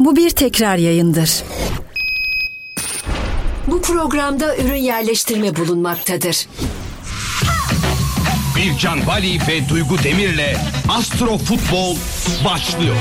Bu bir tekrar yayındır. Bu programda ürün yerleştirme bulunmaktadır. Bircan Bali ve Duygu Demir'le Astro Futbol başlıyor.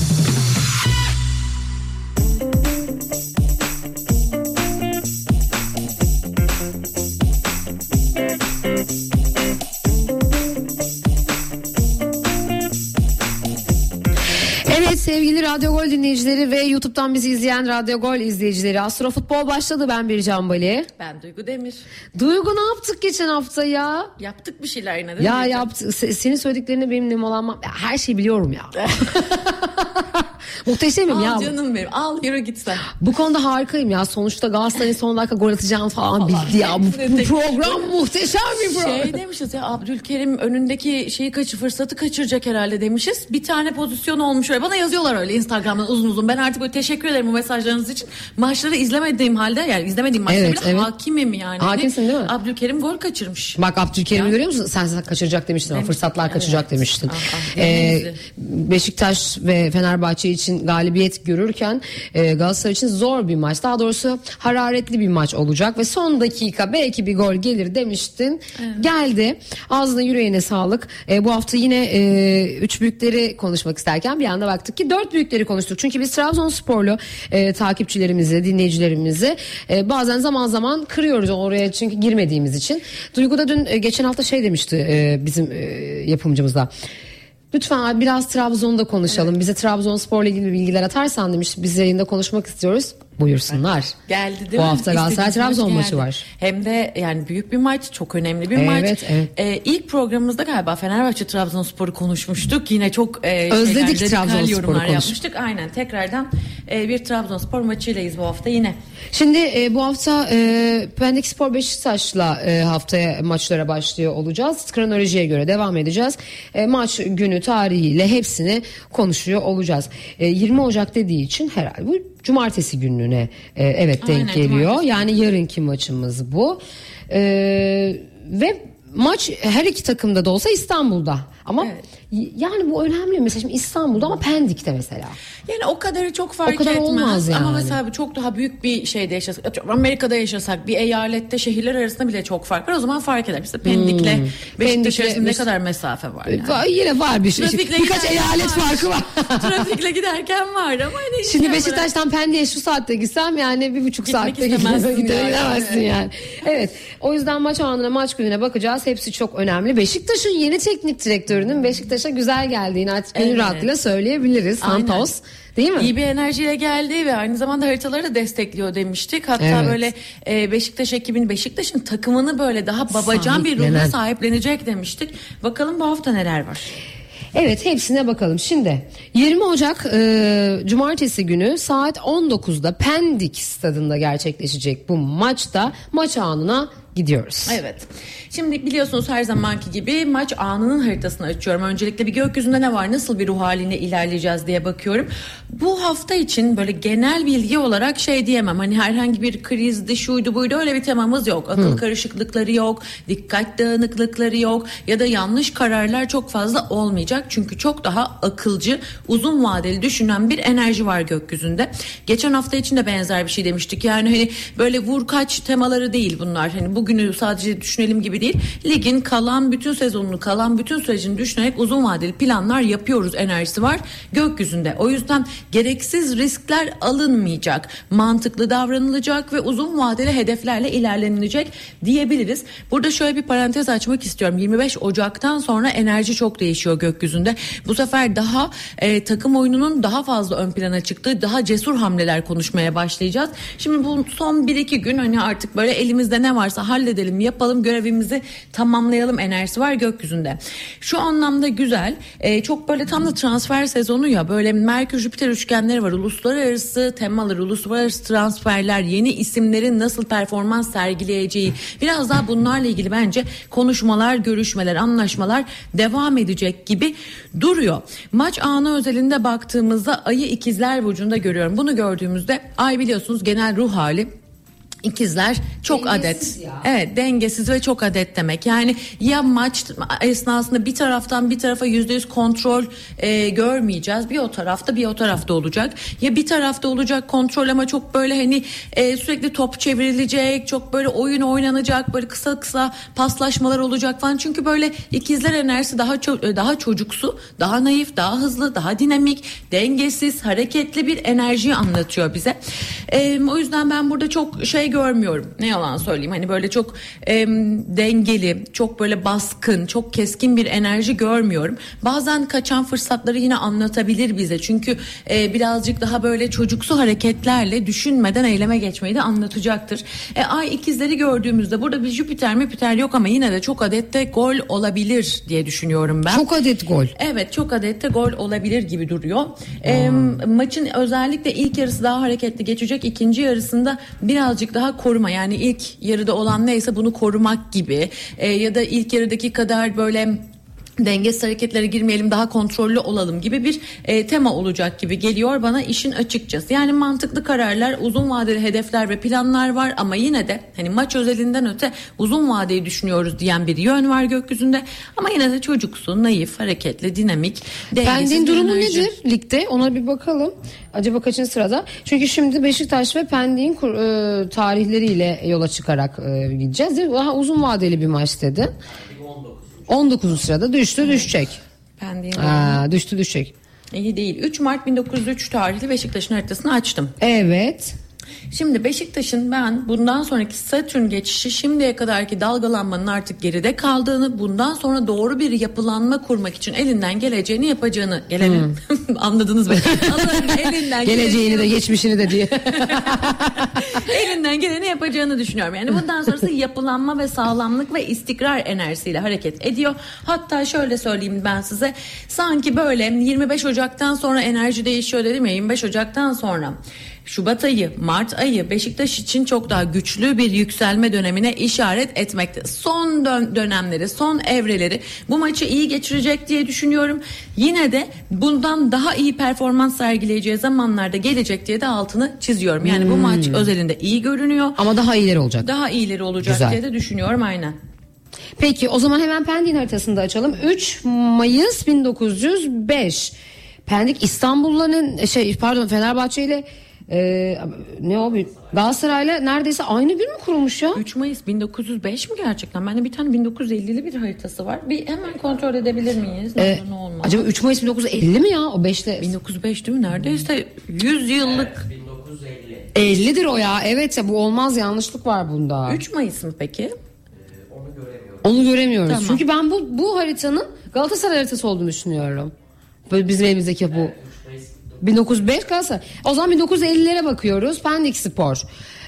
Evet sevgili Radyo Gol dinleyicileri ve YouTube'dan bizi izleyen Radyo Gol izleyicileri, Astro Futbol başladı. Ben Bircan Bali. Ben Duygu Demir. Duygu, ne yaptık geçen hafta ya? Yaptık bir şeyler yine değil ya mi? Yaptık. Senin söylediklerini benim nemalanmam. Her şeyi biliyorum ya. Muhteşemim al ya. Al canım benim, al yürü git sen. Bu konuda harikayım ya. Sonuçta Galatasaray'ın son dakika gol atacağını falan bildi ya. Bu program muhteşem bir program. Şey demişiz ya, Abdülkerim önündeki fırsatı kaçıracak herhalde demişiz. Bir tane pozisyon olmuş öyle. Bana yazıyorlar öyle Instagram'dan uzun uzun. Ben artık böyle teşekkür ederim bu mesajlarınız için. Maçları izlemediğim halde, yani izlemediğim maçları bile hakimim yani. Hakimsin değil mi? Abdülkerim gol kaçırmış. Bak Abdülkerim'i görüyor musun? Sen kaçıracak demiştin ama fırsatlar kaçacak demiştin. Beşiktaş ve Fenerbahçe için galibiyet görürken Galatasaray için zor bir maç. Daha doğrusu hararetli bir maç olacak ve son dakika belki bir gol gelir demiştin. Evet. Geldi. Ağzına yüreğine sağlık. Bu hafta yine 3 büyükleri konuşmak isterken bir anda baktık ki 4 büyükleri konuştuk. Çünkü biz Trabzonsporlu takipçilerimizi, dinleyicilerimizi bazen zaman zaman kırıyoruz oraya, çünkü girmediğimiz için. Duygu da dün geçen hafta demişti bizim yapımcımızda. Lütfen abi biraz Trabzon'da konuşalım. Evet. Bize Trabzonspor'la ilgili bilgiler atarsan demişti. Biz yayında konuşmak istiyoruz. Buyursunlar. Geldi değil mi? Bu hafta Galatasaray Trabzon maçı var. Hem de yani büyük bir maç, çok önemli bir maç. Evet. İlk programımızda galiba Fenerbahçe Trabzonspor'u konuşmuştuk. Yine çok özledik Trabzonspor'u yapmıştık. Aynen, tekrardan bir Trabzonspor maçıylayız bu hafta yine. Şimdi bu hafta Pendikspor Beşiktaş'la haftaya maçlara başlıyor olacağız. Kronolojiye göre devam edeceğiz. Maç günü, tarihiyle hepsini konuşuyor olacağız. 20 Ocak dediği için herhalde bu cumartesi gününe denk geliyor. Yani yarınki maçımız bu. Ve maç her iki takımda da olsa İstanbul'da. Ama yani bu önemli mesela, şimdi İstanbul'da ama Pendik'te mesela. Yani o kadarı çok fark etmez. Olmaz yani. Ama mesela çok daha büyük bir şeyde yaşasak, Amerika'da yaşasak, bir eyalette şehirler arasında bile çok fark var. O zaman fark eder. Mesela Pendik'le Beşiktaş arasında ne kadar mesafe var yani. Yine var bir şey. Birkaç eyalet farkı var. Trafikle giderken var ama yine şimdi Beşiktaş'tan Pendik'e şu saatte gitsem yani 1,5 saatte gidemezsin yani. Evet. O yüzden maç anına, maç gününe bakacağız. Hepsi çok önemli. Beşiktaş'ın yeni teknik direktörünün Beşiktaş'a güzel geldiğini artık gönül rahatlığıyla söyleyebiliriz. Santos. Değil mi? İyi bir enerjiyle geldi ve aynı zamanda haritaları da destekliyor demiştik. Hatta böyle Beşiktaş ekibini, Beşiktaş'ın takımını böyle daha babacan bir ruhla sahiplenecek demiştik. Bakalım bu hafta neler var? Evet, hepsine bakalım. Şimdi 20 Ocak Cumartesi günü saat 19'da Pendik stadında gerçekleşecek bu maçta maç anına gidiyoruz. Evet. Şimdi biliyorsunuz her zamanki gibi maç anının haritasını açıyorum. Öncelikle bir gökyüzünde ne var, nasıl bir ruh haline ilerleyeceğiz diye bakıyorum. Bu hafta için böyle genel bilgi olarak diyemem. Hani herhangi bir krizdi, şuydu buydu, öyle bir temamız yok. Akıl karışıklıkları yok, dikkat dağınıklıkları yok ya da yanlış kararlar çok fazla olmayacak. Çünkü çok daha akılcı, uzun vadeli düşünen bir enerji var gökyüzünde. Geçen hafta için de benzer bir şey demiştik. Yani hani böyle vur kaç temaları değil bunlar. Hani bugünü sadece düşünelim gibi değil. Ligin kalan bütün sezonunu, kalan bütün sürecini düşünerek uzun vadeli planlar yapıyoruz enerjisi var gökyüzünde. O yüzden gereksiz riskler alınmayacak, mantıklı davranılacak ve uzun vadeli hedeflerle ilerlenilecek diyebiliriz. Burada şöyle bir parantez açmak istiyorum. 25 Ocak'tan sonra enerji çok değişiyor gökyüzünde. Bu sefer daha takım oyununun daha fazla ön plana çıktığı, daha cesur hamleler konuşmaya başlayacağız. Şimdi bu son 1-2 gün hani artık böyle elimizde ne varsa halledelim, yapalım, görevimizi tamamlayalım enerjisi var gökyüzünde. Şu anlamda güzel. Çok böyle tam da transfer sezonu ya, böyle Merkür Jüpiter üçgenleri var. Uluslararası temalar, uluslararası transferler, yeni isimlerin nasıl performans sergileyeceği, biraz daha bunlarla ilgili bence konuşmalar, görüşmeler, anlaşmalar devam edecek gibi duruyor. Maç anı özelinde baktığımızda Ay'ı İkizler Burcu'nda görüyorum. Bunu gördüğümüzde Ay biliyorsunuz genel ruh hali İkizler çok Dengesiz adet. ya. Evet, dengesiz ve çok adet demek. Yani ya maç esnasında bir taraftan bir tarafa %100 kontrol görmeyeceğiz. Bir o tarafta bir o tarafta olacak. Ya bir tarafta olacak kontrol ama çok böyle hani sürekli top çevrilecek, çok böyle oyun oynanacak, böyle kısa kısa paslaşmalar olacak falan. Çünkü böyle ikizler enerjisi daha çocuksu, daha naif, daha hızlı, daha dinamik, dengesiz, hareketli bir enerjiyi anlatıyor bize. O yüzden ben burada çok görmüyorum. Ne yalan söyleyeyim. Hani böyle çok dengeli, çok böyle baskın, çok keskin bir enerji görmüyorum. Bazen kaçan fırsatları yine anlatabilir bize. Çünkü birazcık daha böyle çocuksu hareketlerle düşünmeden eyleme geçmeyi de anlatacaktır. Ay ikizleri gördüğümüzde burada bir Jüpiter yok ama yine de çok adette gol olabilir diye düşünüyorum ben. Çok adet gol. Evet, çok adette gol olabilir gibi duruyor. Maçın özellikle ilk yarısı daha hareketli geçecek. İkinci yarısında birazcık daha koruma, yani ilk yarıda olan neyse bunu korumak gibi ya da ilk yarıdaki kadar böyle dengesiz hareketlere girmeyelim, daha kontrollü olalım gibi bir tema olacak gibi geliyor bana işin açıkçası. Yani mantıklı kararlar, uzun vadeli hedefler ve planlar var ama yine de hani maç özelinden öte uzun vadeyi düşünüyoruz diyen bir yön var gökyüzünde. Ama yine de çocuksu, naif, hareketli, dinamik, dengesiz. Pendik'in durumu enerji. nedir ligde? Ona bir bakalım. Acaba kaçıncı sırada? Çünkü şimdi Beşiktaş ve Pendik'in tarihleriyle yola çıkarak gideceğiz. Daha uzun vadeli bir maç dedi. 19. sırada düşecek. Düşecek. İyi değil. 3 Mart 1903 tarihli Beşiktaş'ın haritasını açtım. Evet. Şimdi Beşiktaş'ın ben bundan sonraki Satürn geçişi, şimdiye kadarki dalgalanmanın artık geride kaldığını, bundan sonra doğru bir yapılanma kurmak için elinden geleceğini yapacağını, anladınız mı? Elinden Geleceğini de geçmişini de diye. elinden geleni yapacağını düşünüyorum. Yani bundan sonrası yapılanma ve sağlamlık ve istikrar enerjisiyle hareket ediyor. Hatta şöyle söyleyeyim ben size, sanki böyle 25 Ocak'tan sonra enerji değişiyor dedim ya, 25 Ocak'tan sonra Şubat ayı, Mart ayı Beşiktaş için çok daha güçlü bir yükselme dönemine işaret etmekte. Son dönemleri, son evreleri bu maçı iyi geçirecek diye düşünüyorum. Yine de bundan daha iyi performans sergileyeceği zamanlarda gelecek diye de altını çiziyorum. Yani bu maç özelinde iyi görünüyor. Ama daha iyileri olacak. Daha iyileri olacak Güzel diye de düşünüyorum, aynen. Peki o zaman hemen Pendik'in haritasını da açalım. 3 Mayıs 1905. Pendik İstanbul'la Fenerbahçe ile Galatasaray'la neredeyse aynı gün mü kurulmuş ya? 3 Mayıs 1905 mi gerçekten? Bende bir tane 1950'li bir haritası var. Bir hemen kontrol edebilir miyiz? Ne olmaz. Acaba 3 Mayıs 1950 mi ya? O 5'te 1905 değil mi? Neredeyse 100 yıllık. 50'dir o ya. Evet ya, bu olmaz, yanlışlık var bunda. 3 Mayıs mı peki? Onu göremiyoruz. Tamam. Çünkü ben bu haritanın Galatasaray haritası olduğunu düşünüyorum. Böyle bizim elimizdeki bu 1905 Galatasaray. O zaman 1950'lere bakıyoruz. Pendik Spor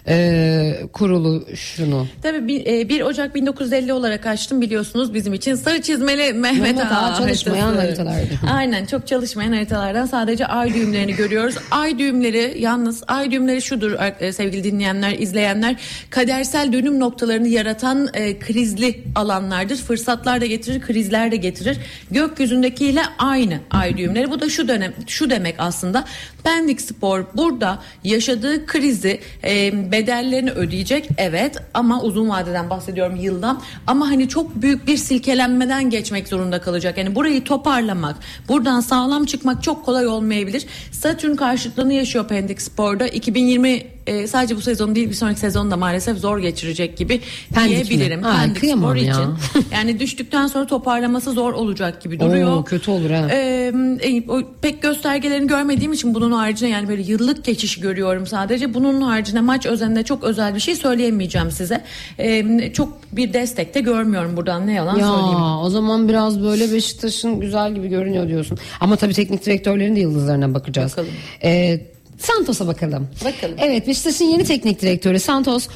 kuruluşunu. Tabii 1 Ocak 1950 olarak açtım, biliyorsunuz bizim için sarı çizmeli Mehmet Ağa çalışmayan haritası. haritalardı. Aynen, çok çalışmayan haritalardan sadece ay düğümlerini görüyoruz. Ay düğümleri şudur sevgili dinleyenler, izleyenler, kadersel dönüm noktalarını yaratan krizli alanlardır. Fırsatlar da getirir, krizler de getirir. Gökyüzündekiyle aynı ay düğümleri. Bu da şu demek aslında. Pendik Spor burada yaşadığı krizi bedellerini ödeyecek, evet, ama uzun vadeden bahsediyorum, yıldan, ama hani çok büyük bir silkelenmeden geçmek zorunda kalacak. Yani burayı toparlamak, buradan sağlam çıkmak çok kolay olmayabilir. Satürn karşıtlığını yaşıyor Pendik Spor'da. 2020 sadece bu sezon değil, bir sonraki sezon da maalesef zor geçirecek gibi diyebilirim. Pendik Spor için. Yani düştükten sonra toparlaması zor olacak gibi duruyor. Kötü olur ha. Pek göstergelerini görmediğim için bunun haricinde, yani böyle yıllık geçişi görüyorum sadece. Bunun haricinde maç özelinde çok özel bir şey söyleyemeyeceğim size. Çok bir destek de görmüyorum buradan, ne yalan söyleyeyim. O zaman biraz böyle Beşiktaş'ın güzel gibi görünüyor diyorsun. Ama tabii teknik direktörlerin de yıldızlarına bakacağız. Bakalım. Santos'a bakalım. Evet, Beşiktaş'ın yeni teknik direktörü Santos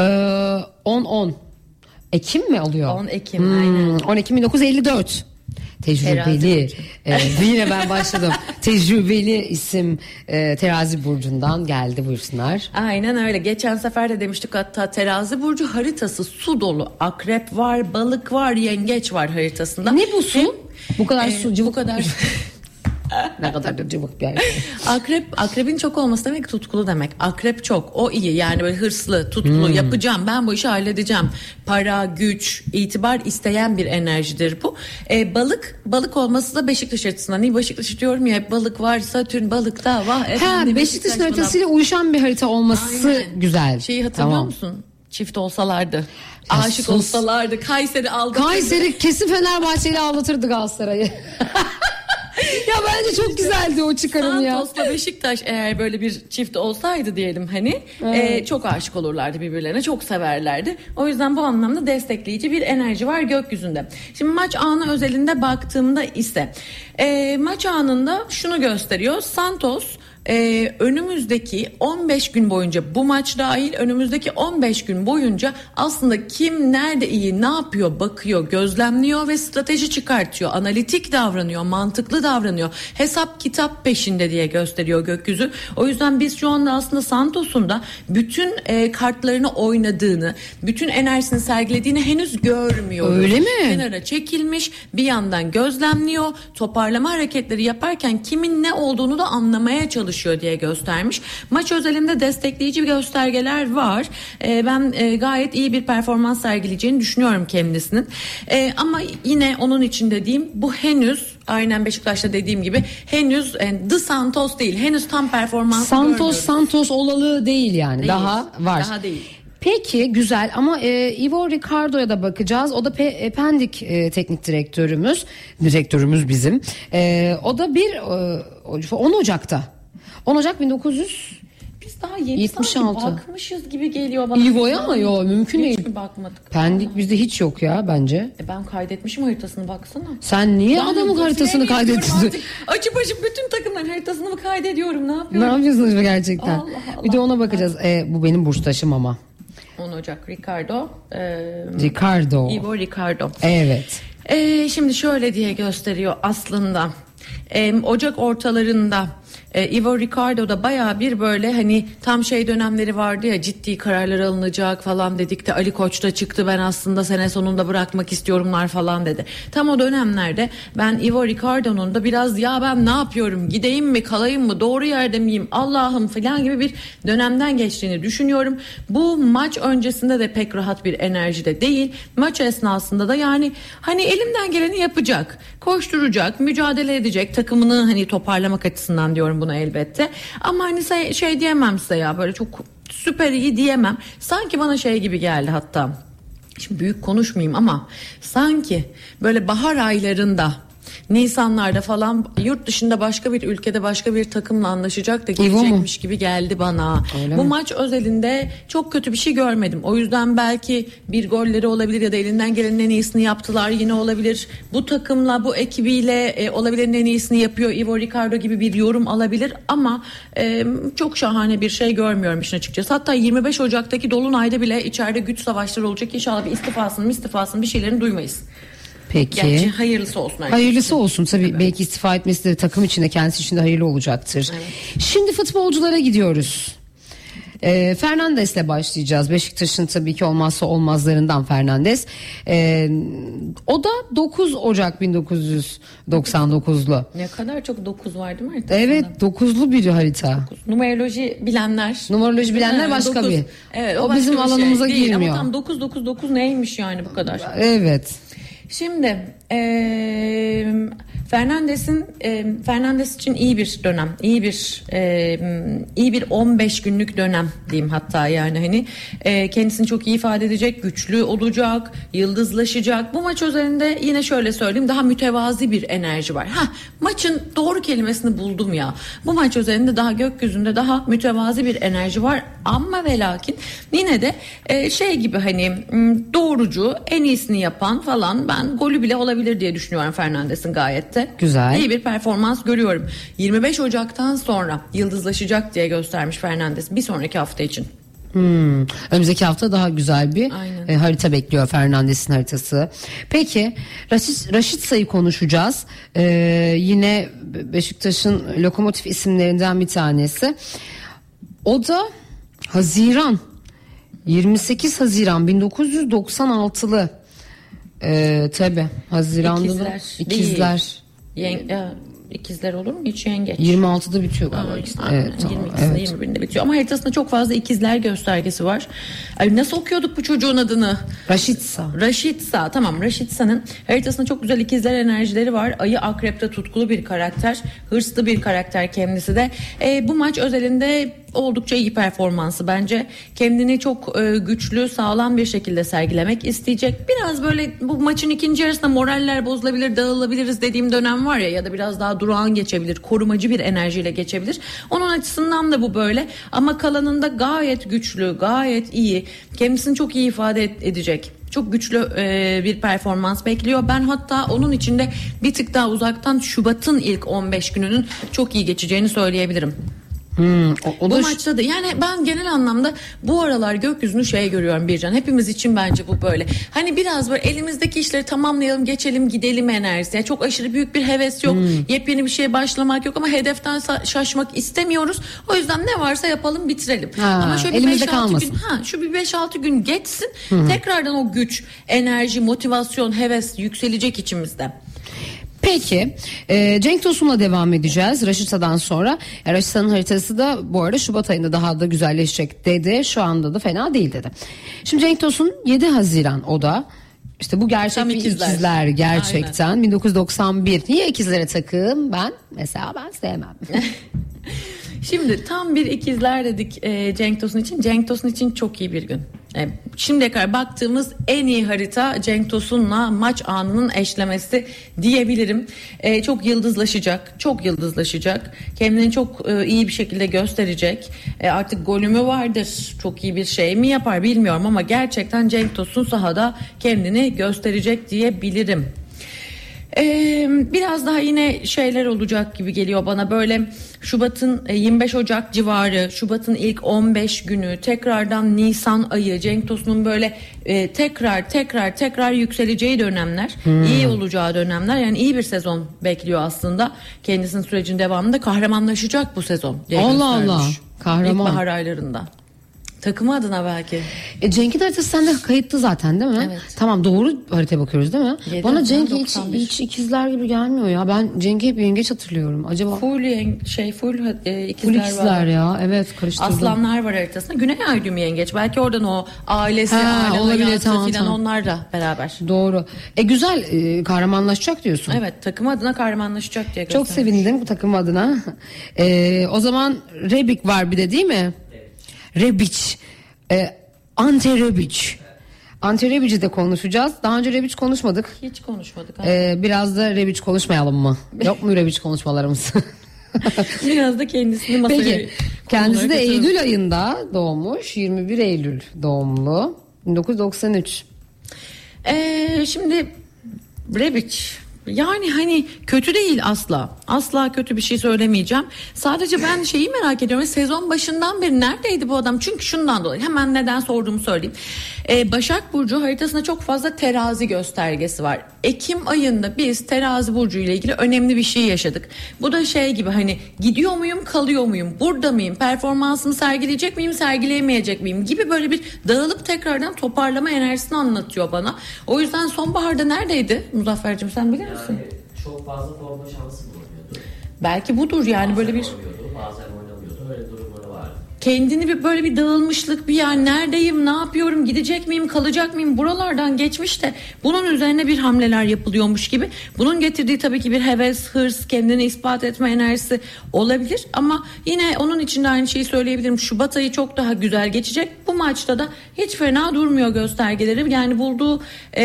10 Ekim mi alıyor? 10 Ekim aynen. 10 Ekim 1954. Tecrübeli. Yine ben başladım. Tecrübeli isim Terazi burcundan geldi, buyursunlar. Aynen öyle. Geçen sefer de demiştik, hatta Terazi burcu haritası su dolu. Akrep var, balık var, yengeç var haritasında. Ne bu su? Bu kadar su, bu kadar Ne kadar da cıvık bir yer. Akrebin çok olması demek tutkulu demek. Akrep çok, o iyi yani, böyle hırslı, tutkulu, yapacağım, ben bu işi halledeceğim. Para, güç, itibar isteyen bir enerjidir bu. Balık olması da Beşiktaş açısından iyi. Beşiktaş diyorum ya, hep balık var, Satürn balıkta var. Beşiktaş'ın haritasıyla uyuşan bir harita olması aynen. Güzel. Şeyi hatırlıyor musun? Çift olsalardı, aşık olsalardı, Kayseri aldatırdı. Kayseri kesin Fenerbahçe'yle ağlatırdı Galatasaray'ı. Ya bence çok güzeldi o çıkarım ya. Santos'la Beşiktaş eğer böyle bir çift olsaydı diyelim hani, çok aşık olurlardı birbirlerine, çok severlerdi. O yüzden bu anlamda destekleyici bir enerji var gökyüzünde. Şimdi maç anı özelinde baktığımda ise maç anında şunu gösteriyor. Santos önümüzdeki 15 gün boyunca, bu maç dahil önümüzdeki 15 gün boyunca aslında kim nerede iyi, ne yapıyor, bakıyor, gözlemliyor ve strateji çıkartıyor. Analitik davranıyor, mantıklı davranıyor. Hesap kitap peşinde diye gösteriyor gökyüzü. O yüzden biz şu anda aslında Santos'un da bütün kartlarını oynadığını, bütün enerjisini sergilediğini henüz görmüyoruz. Öyle mi? Kenara çekilmiş, bir yandan gözlemliyor. Toparlama hareketleri yaparken kimin ne olduğunu da anlamaya çalışıyor diye göstermiş. Maç özelinde destekleyici göstergeler var. Ben gayet iyi bir performans sergileyeceğini düşünüyorum kendisinin. Ama yine onun için dediğim, bu henüz aynen Beşiktaş'ta dediğim gibi henüz The Santos değil. Henüz tam performans görmüyoruz. Santos olalı değil yani. Değil. Daha var. Daha değil. Peki güzel ama Ivo Ricardo'ya da bakacağız. O da Pendik teknik direktörümüz bizim. O da 10 Ocak'ta. 10 Ocak 1900. Biz daha yeni 76. sanki bakmışız gibi geliyor bana. Ivo'ya mı? Yok, mümkün değil. Hiç mi bakmadık? Pendik bizde hiç yok ya bence. Ben kaydetmişim haritasını, baksana. Sen niye Ben adamın haritasını kaydettin? Açıp bütün takımların haritasını mı kaydediyorum? Ne yapıyorum? Ne yapıyorsunuz gerçekten? Allah Allah. Bir de ona bakacağız. Bu benim burçtaşım ama. 10 Ocak Ricardo. Ivo Ricardo. Evet. Şimdi şöyle diye gösteriyor aslında. Ocak ortalarında Ivo Ricardo'da bayağı bir böyle hani tam dönemleri vardı ya, ciddi kararlar alınacak falan dedik de Ali Koç da çıktı, ben aslında sene sonunda bırakmak istiyorumlar falan dedi. Tam o dönemlerde ben Ivo Ricardo'nun da biraz ya ben ne yapıyorum, gideyim mi kalayım mı, doğru yerde miyim Allah'ım falan gibi bir dönemden geçtiğini düşünüyorum. Bu maç öncesinde de pek rahat bir enerjide değil. Maç esnasında da yani hani elimden geleni yapacak, koşturacak, mücadele edecek, takımını hani toparlamak açısından diyorum buna elbette. Ama hani diyemem size ya, böyle çok süper iyi diyemem. Sanki bana gibi geldi hatta. Şimdi büyük konuşmayayım ama sanki böyle bahar aylarında, Nisanlarda falan yurt dışında başka bir ülkede başka bir takımla anlaşacak da gelecekmiş gibi geldi bana. Öyle bu mi? maç özelinde çok kötü bir şey görmedim. O yüzden belki bir golleri olabilir ya da elinden gelenin en iyisini yaptılar yine olabilir. Bu takımla, bu ekibiyle olabilenin en iyisini yapıyor Ivo Ricardo gibi bir yorum alabilir ama çok şahane bir şey görmüyorum işin açıkçası. Hatta 25 Ocak'taki Dolunay'da bile içeride güç savaşları olacak. İnşallah bir istifasını bir şeylerini duymayız. Peki. Gerçi hayırlısı olsun. Hayırlısı olsun tabii. Evet. Belki istifa etmesi de takım içinde, kendisi için de hayırlı olacaktır. Evet. Şimdi futbolculara gidiyoruz. Fernandes'le başlayacağız. Beşiktaş'ın tabii ki olmazsa olmazlarından Fernandes. O da 9 Ocak 1999'lu. Ne kadar çok 9 var değil mi haritasında? Evet, 9'lu bir harita. 9. Numeroloji bilenler. Numeroloji bilenler başka 9. bir. Evet, o başka bizim bir alanımıza değil. girmiyor. Ama tam 9 neymiş yani bu kadar? Evet. Şimdi Fernandes için iyi bir dönem, iyi bir 15 günlük dönem diyeyim hatta, yani hani kendisini çok iyi ifade edecek, güçlü olacak, yıldızlaşacak. Bu maç üzerinde yine şöyle söyleyeyim, daha mütevazi bir enerji var. Maçın doğru kelimesini buldum ya. Bu maç üzerinde daha gökyüzünde daha mütevazi bir enerji var ama ve lakin yine de gibi hani doğrucu, en iyisini yapan falan, ben golü bile olabilir diye düşünüyorum Fernandes'in gayet de. Güzel. İyi bir performans görüyorum. 25 Ocak'tan sonra yıldızlaşacak diye göstermiş Fernandes bir sonraki hafta için. Önümüzdeki hafta daha güzel bir harita bekliyor, Fernandes'in haritası. Peki Raşitsa'yı konuşacağız. Yine Beşiktaş'ın lokomotif isimlerinden bir tanesi. O da 28 Haziran 1996'lı. Tabii Haziran'da İkizler. ikizler olur mu? Hiç yengeç. 26'da bitiyor galiba ikisi. Evet, tamam. 22'sinde Evet. 21'inde bitiyor. Ama haritasında çok fazla ikizler göstergesi var. Ay, nasıl okuyorduk bu çocuğun adını? Raşitsa. Tamam, Raşitsa'nın haritasında çok güzel ikizler enerjileri var. Ayı akrepte tutkulu bir karakter. Hırslı bir karakter kendisi de. Bu maç özelinde oldukça iyi performansı bence. Kendini çok güçlü, sağlam bir şekilde sergilemek isteyecek. Biraz böyle bu maçın ikinci yarısında moraller bozulabilir, dağılabiliriz dediğim dönem var ya da biraz daha durağan geçebilir, korumacı bir enerjiyle geçebilir. Onun açısından da bu böyle. Ama kalanında gayet güçlü, gayet iyi. Kendisini çok iyi ifade edecek. Çok güçlü bir performans bekliyor. Ben hatta onun içinde bir tık daha uzaktan Şubat'ın ilk 15 gününün çok iyi geçeceğini söyleyebilirim. Bu maçta da yani ben genel anlamda bu aralar gökyüzünü görüyorum Bircan. Hepimiz için bence bu böyle. Hani biraz böyle elimizdeki işleri tamamlayalım, geçelim, gidelim enerjisi. Yani çok aşırı büyük bir heves yok. Yepyeni bir şeye başlamak yok ama hedeften şaşmak istemiyoruz. O yüzden ne varsa yapalım, bitirelim. Ama şöyle elimizde 5-6 kalmasın. gün, şu bir 5-6 gün geçsin. Tekrardan o güç, enerji, motivasyon, heves yükselecek içimizde. Peki Cenk Tosun'la devam edeceğiz Raşitsa'dan sonra. Raşitsa'nın haritası da bu arada Şubat ayında daha da güzelleşecek dedi. Şu anda da fena değil dedi. Şimdi Cenk Tosun 7 Haziran o da. İşte bu gerçek Tam bir ikizler gerçekten. Aynen. 1991. Niye ikizlere takım? Ben sevmem. Şimdi tam bir ikizler dedik Cenk Tosun için. Cenk Tosun için çok iyi bir gün. Şimdiye kadar baktığımız en iyi harita Cenk Tosun'la maç anının eşlemesi diyebilirim. Çok yıldızlaşacak. Kendini çok iyi bir şekilde gösterecek. Artık golü mü vardır? Çok iyi bir şey mi yapar bilmiyorum ama gerçekten Cenk Tosun sahada kendini gösterecek diyebilirim. Biraz daha yine şeyler olacak gibi geliyor bana, böyle Şubat'ın 25 Ocak civarı, Şubat'ın ilk 15 günü, tekrardan Nisan ayı Cenk Tosun'un böyle tekrar yükseleceği dönemler, iyi olacağı dönemler. Yani iyi bir sezon bekliyor aslında. Kendisinin sürecin devamında kahramanlaşacak bu sezon. Allah kahraman. İlkbahar aylarında. Takımı adına belki. Cenk'in haritası sende kayıtlı zaten değil mi? Evet. Tamam, doğru haritaya bakıyoruz değil mi? 7 Bana Cenk 91. hiç ikizler gibi gelmiyor ya. Ben Cenk'i hep yengeç hatırlıyorum. Acaba Full full ikizler var. ya. Evet, karıştırdım. Aslanlar var haritasında. Güney ay düğümü yengeç. Belki oradan o ailesi, aile olabilir, hayatı tamam. filan onlarla beraber. Doğru. Güzel, kahramanlaşacak diyorsun. Evet, takım adına kahramanlaşacak diye Çok göstermiş. sevindim bu takım adına. O zaman Rebic var bir de değil mi? Rebic. Ante Rebic. Ante Rebic'i de konuşacağız. Daha önce Rebic konuşmadık. Hiç konuşmadık. Biraz da Rebic konuşmayalım mı? Yok mu Rebic konuşmalarımız? Biraz da kendisini masaya... Peki. Kendisi de konulara katalım. Eylül ayında doğmuş. 21 Eylül doğumlu. 1993. Şimdi Rebic... Yani hani kötü değil asla. Asla kötü bir şey söylemeyeceğim. Sadece ben şeyi merak ediyorum. Sezon başından beri neredeydi bu adam? Çünkü şundan dolayı. Hemen neden sorduğumu söyleyeyim. Başak Burcu haritasında çok fazla terazi göstergesi var. Ekim ayında biz terazi burcu ile ilgili önemli bir şey yaşadık. Bu da şey gibi, hani gidiyor muyum, kalıyor muyum? Burada mıyım? Performansımı sergileyecek miyim, sergileyemeyecek miyim? Gibi böyle bir dağılıp tekrardan toparlama enerjisini anlatıyor bana. O yüzden sonbaharda neredeydi Muzaffer'cim, sen bilir misin? Yani çok fazla forma şansı bulamıyordu. Belki budur yani, böyle bir Bazen oynamıyordu. Öyle durumları vardı. kendini bir böyle bir dağılmışlık, bir yani neredeyim, ne yapıyorum, gidecek miyim, kalacak mıyım, buralardan geçmiş de bunun üzerine bir hamleler yapılıyormuş gibi. Bunun getirdiği tabii ki bir heves, hırs, kendini ispat etme enerjisi olabilir ama yine onun için de aynı şeyi söyleyebilirim. Şubat ayı çok daha güzel geçecek. Bu maçta da hiç fena durmuyor göstergeleri. Yani bulduğu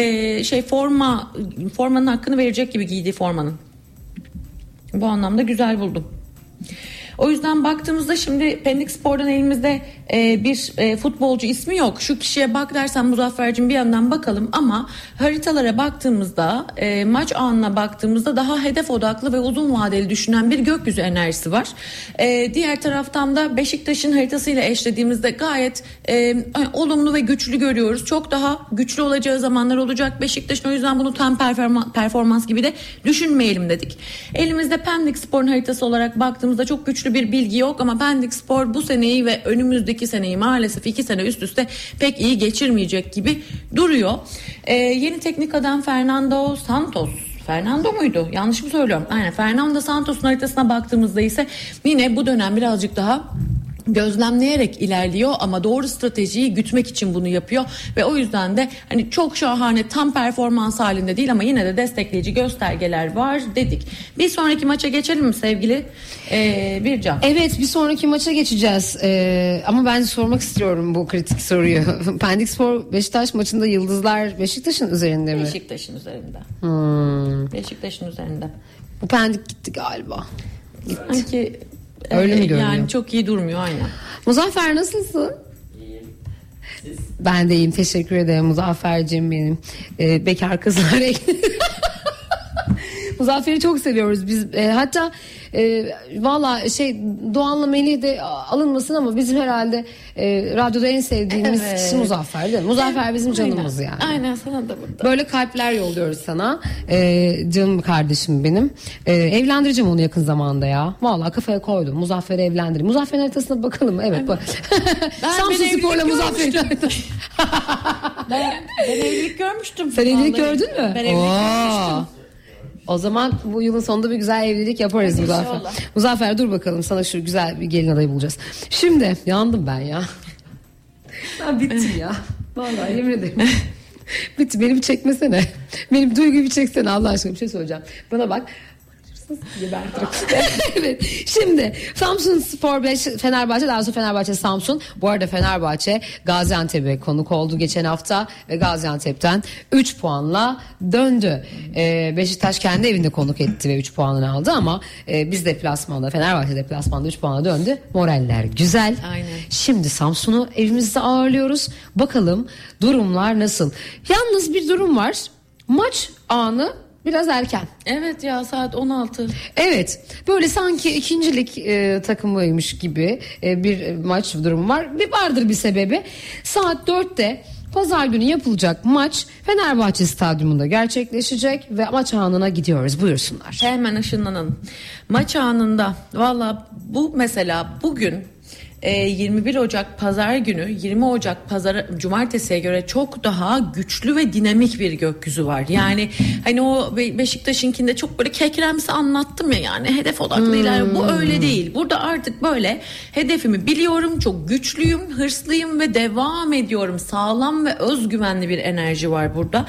formanın hakkını verecek gibi, giydiği formanın. Bu anlamda güzel buldum. O yüzden baktığımızda şimdi Pendik Spor'dan elimizde bir futbolcu ismi yok. Şu kişiye bak dersen Muzaffer'cim bir yandan bakalım ama haritalara baktığımızda, maç anına baktığımızda daha hedef odaklı ve uzun vadeli düşünen bir gökyüzü enerjisi var. Diğer taraftan da Beşiktaş'ın haritasıyla eşlediğimizde gayet olumlu ve güçlü görüyoruz. Çok daha güçlü olacağı zamanlar olacak Beşiktaş'ın, o yüzden bunu tam performans gibi de düşünmeyelim dedik. Elimizde Pendik Spor'un haritası olarak baktığımızda çok güçlü bir bilgi yok ama Pendik Spor bu seneyi ve önümüzdeki seneyi maalesef 2 sene üst üste pek iyi geçirmeyecek gibi duruyor. Yeni teknik adam Fernando Santos Fernando muydu? Yanlış mı söylüyorum? Aynen, Fernando Santos'un haritasına baktığımızda ise yine bu dönem birazcık daha gözlemleyerek ilerliyor ama doğru stratejiyi gütmek için bunu yapıyor ve o yüzden de hani çok şahane tam performans halinde değil ama yine de destekleyici göstergeler var dedik. Bir sonraki maça geçelim mi sevgili Bircan? Evet, bir sonraki maça geçeceğiz ama ben sormak istiyorum bu kritik soruyu. Pendikspor Beşiktaş maçında yıldızlar Beşiktaş'ın üzerinde mi? Beşiktaş'ın üzerinde. Beşiktaş'ın üzerinde. Bu Pendik gitti galiba. Sanki öyle mi görünüyor? Yani çok iyi durmuyor aynen. Muzaffer nasılsın? İyiyim. Siz? Ben de iyiyim, teşekkür ederim Muzaffer'cim benim. Bekar kızlar. Muzaffer'i çok seviyoruz biz. Hatta valla Doğan'la Melih de alınmasın ama bizim herhalde radyoda en sevdiğimiz kişi Muzaffer değil mi? Muzaffer bizim canımız yani. Aynen, sana da burada. Böyle kalpler yolluyoruz sana. Canım kardeşim benim. Evlendireceğim onu yakın zamanda ya. Valla kafaya koydum. Muzaffer'i evlendireyim. Muzaffer'in haritasına bakalım. Evet bak. Samsun Spor'la Muzaffer'in haritası. Ben evlilik görmüştüm. Sen evlilik gördün mü? Ben evlilik görmüştüm. O zaman bu yılın sonunda bir güzel evlilik yaparız Muzaffer. Muzaffer dur bakalım, sana şu güzel bir gelin adayı bulacağız. Şimdi yandım ben ya. Ben bittim ya. Vallahi yemin ederim. Bitti, beni bir çekmesene. Benim Duygu'yu bir çeksene Allah aşkına, bir şey söyleyeceğim. Bana bak. Evet. Şimdi Samsun Spor 5 Fenerbahçe, daha sonra Fenerbahçe Samsun. Bu arada Fenerbahçe Gaziantep'e konuk oldu geçen hafta ve Gaziantep'ten 3 puanla döndü. Beşiktaş kendi evinde konuk etti ve 3 puanını aldı ama biz deplasmanda, Fenerbahçe deplasmanda 3 puanla döndü. Moraller güzel. Aynen. Şimdi Samsun'u evimizde ağırlıyoruz. Bakalım durumlar nasıl? Yalnız bir durum var. Maç anı biraz erken. Evet ya, saat 16. Evet, böyle sanki ikincilik takımıymış gibi bir maç durumu var. Vardır bir sebebi. Saat 4'te pazar günü yapılacak maç Fenerbahçe Stadyumunda gerçekleşecek ve maç anına gidiyoruz. Buyursunlar. Hemen ışınlanın. Maç anında valla bu mesela bugün 21 Ocak Pazar günü 20 Ocak Cumartesi'ye göre çok daha güçlü ve dinamik bir gökyüzü var. Yani hani o Beşiktaş'ınkinde çok böyle kekremsi anlattım ya, yani hedef odaklı ilerliyor. Bu öyle değil. Burada artık böyle hedefimi biliyorum, çok güçlüyüm, hırslıyım ve devam ediyorum. Sağlam ve özgüvenli bir enerji var burada.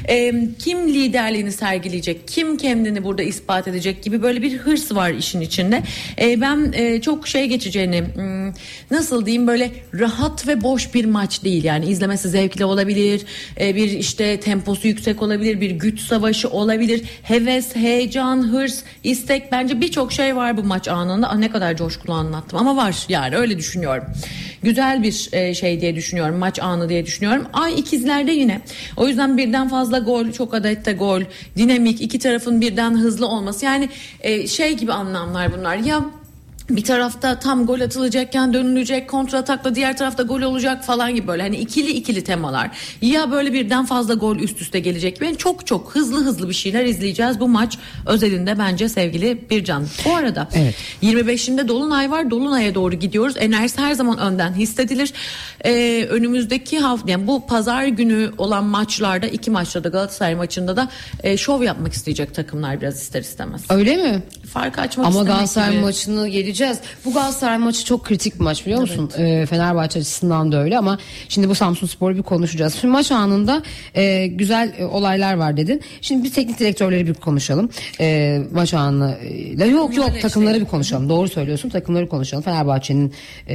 Kim liderliğini sergileyecek, kim kendini burada ispat edecek gibi böyle bir hırs var işin içinde. Ben çok geçeceğini, nasıl diyeyim, böyle rahat ve boş bir maç değil. Yani izlemesi zevkli olabilir, bir temposu yüksek olabilir, bir güç savaşı olabilir, heves, heyecan, hırs, istek, bence birçok şey var bu maç anında. Ne kadar coşkulu anlattım ama var, yani öyle düşünüyorum. Güzel bir diye düşünüyorum, maç anı diye düşünüyorum. Ay ikizlerde yine, o yüzden birden fazla gol, çok adette gol, dinamik, iki tarafın birden hızlı olması, yani gibi anlamlar bunlar ya. Bir tarafta tam gol atılacakken dönülecek, kontratakla diğer tarafta gol olacak falan gibi, böyle hani ikili temalar. Ya böyle birden fazla gol üst üste gelecek. Yani çok hızlı bir şeyler izleyeceğiz bu maç özelinde bence sevgili Bircan. Bu arada 25'inde Dolunay var. Dolunay'a doğru gidiyoruz. Enerjisi her zaman önden hissedilir. Önümüzdeki hafta, yani bu pazar günü olan maçlarda, iki maçta da, Galatasaray maçında da şov yapmak isteyecek takımlar biraz ister istemez. Öyle mi? Farkı açmak ama istemek Galatasaray gibi. maçını geleceğiz. Bu Galatasaray maçı çok kritik bir maç, biliyor musun? Fenerbahçe açısından da öyle ama şimdi bu Samsun Spor'u bir konuşacağız. Şimdi maç anında güzel olaylar var dedin. Şimdi bir teknik direktörleri bir konuşalım. Maç anıyla yok takımları bir konuşalım. Doğru söylüyorsun, takımları konuşalım. Fenerbahçe'nin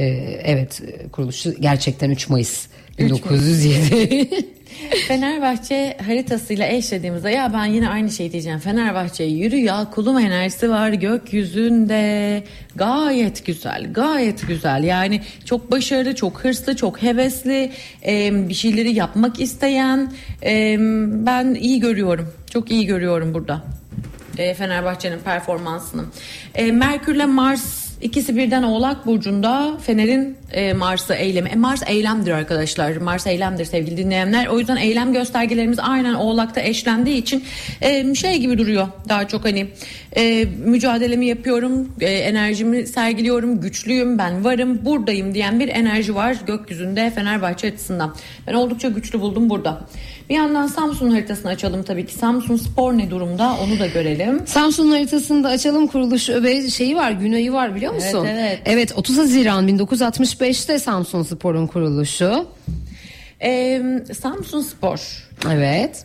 kuruluşu gerçekten 3 Mayıs 1907. Fenerbahçe haritasıyla eşlediğimizde, ya ben yine aynı şey diyeceğim. Fenerbahçe yürü ya kulum enerjisi var gökyüzünde. Gayet güzel. Yani çok başarılı, çok hırslı, çok hevesli, bir şeyleri yapmak isteyen. Ben iyi görüyorum. Çok iyi görüyorum burada Fenerbahçe'nin performansını. Merkür'le Mars, İkisi birden Oğlak Burcu'nda. Fener'in Mars'ı eylemi. Mars eylemdir arkadaşlar. Mars eylemdir sevgili dinleyenler. O yüzden eylem göstergelerimiz aynen Oğlak'ta eşlendiği için gibi duruyor. Daha çok hani mücadelemi yapıyorum, enerjimi sergiliyorum, güçlüyüm, ben varım, buradayım diyen bir enerji var gökyüzünde Fenerbahçe açısından. Ben oldukça güçlü buldum burada. Bir yandan Samsun haritasını açalım tabii ki. Samsun Spor ne durumda onu da görelim. Samsun haritasında açalım, kuruluşu ve şeyi var, günayı var biliyor musun? Evet. 30 Haziran 1965'te Samsun Spor'un kuruluşu. Samsun Spor. Evet.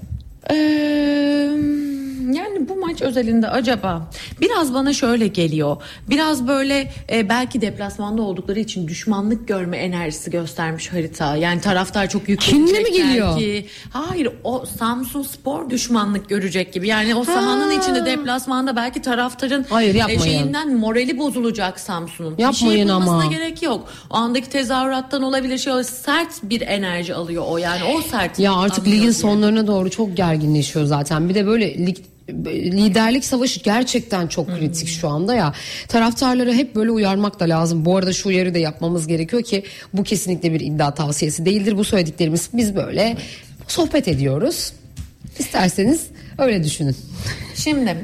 Yani bu maç özelinde acaba biraz bana şöyle geliyor. Biraz böyle belki deplasmanda oldukları için düşmanlık görme enerjisi göstermiş harita. Yani taraftar çok yükselecekler Kinli mi geliyor? ki. Hayır, o Samsun Spor düşmanlık görecek gibi. Yani o sahanın içinde deplasmanda belki taraftarın Hayır, yapmayın. Şeyinden morali bozulacak Samsun'un. Yapmayın bir şey yapılmasına ama. gerek yok. O andaki tezahürattan olabilir, şey olabilir. Sert bir enerji alıyor o, yani o sert. Ya artık alıyor ligin diye. sonlarına doğru çok gerginleşiyor zaten. Bir de böyle liderlik savaşı gerçekten çok kritik şu anda ya. Taraftarları hep böyle uyarmak da lazım. Bu arada şu uyarı da yapmamız gerekiyor ki bu kesinlikle bir iddia tavsiyesi değildir. Bu söylediklerimiz, biz böyle sohbet ediyoruz. İsterseniz öyle düşünün. Şimdi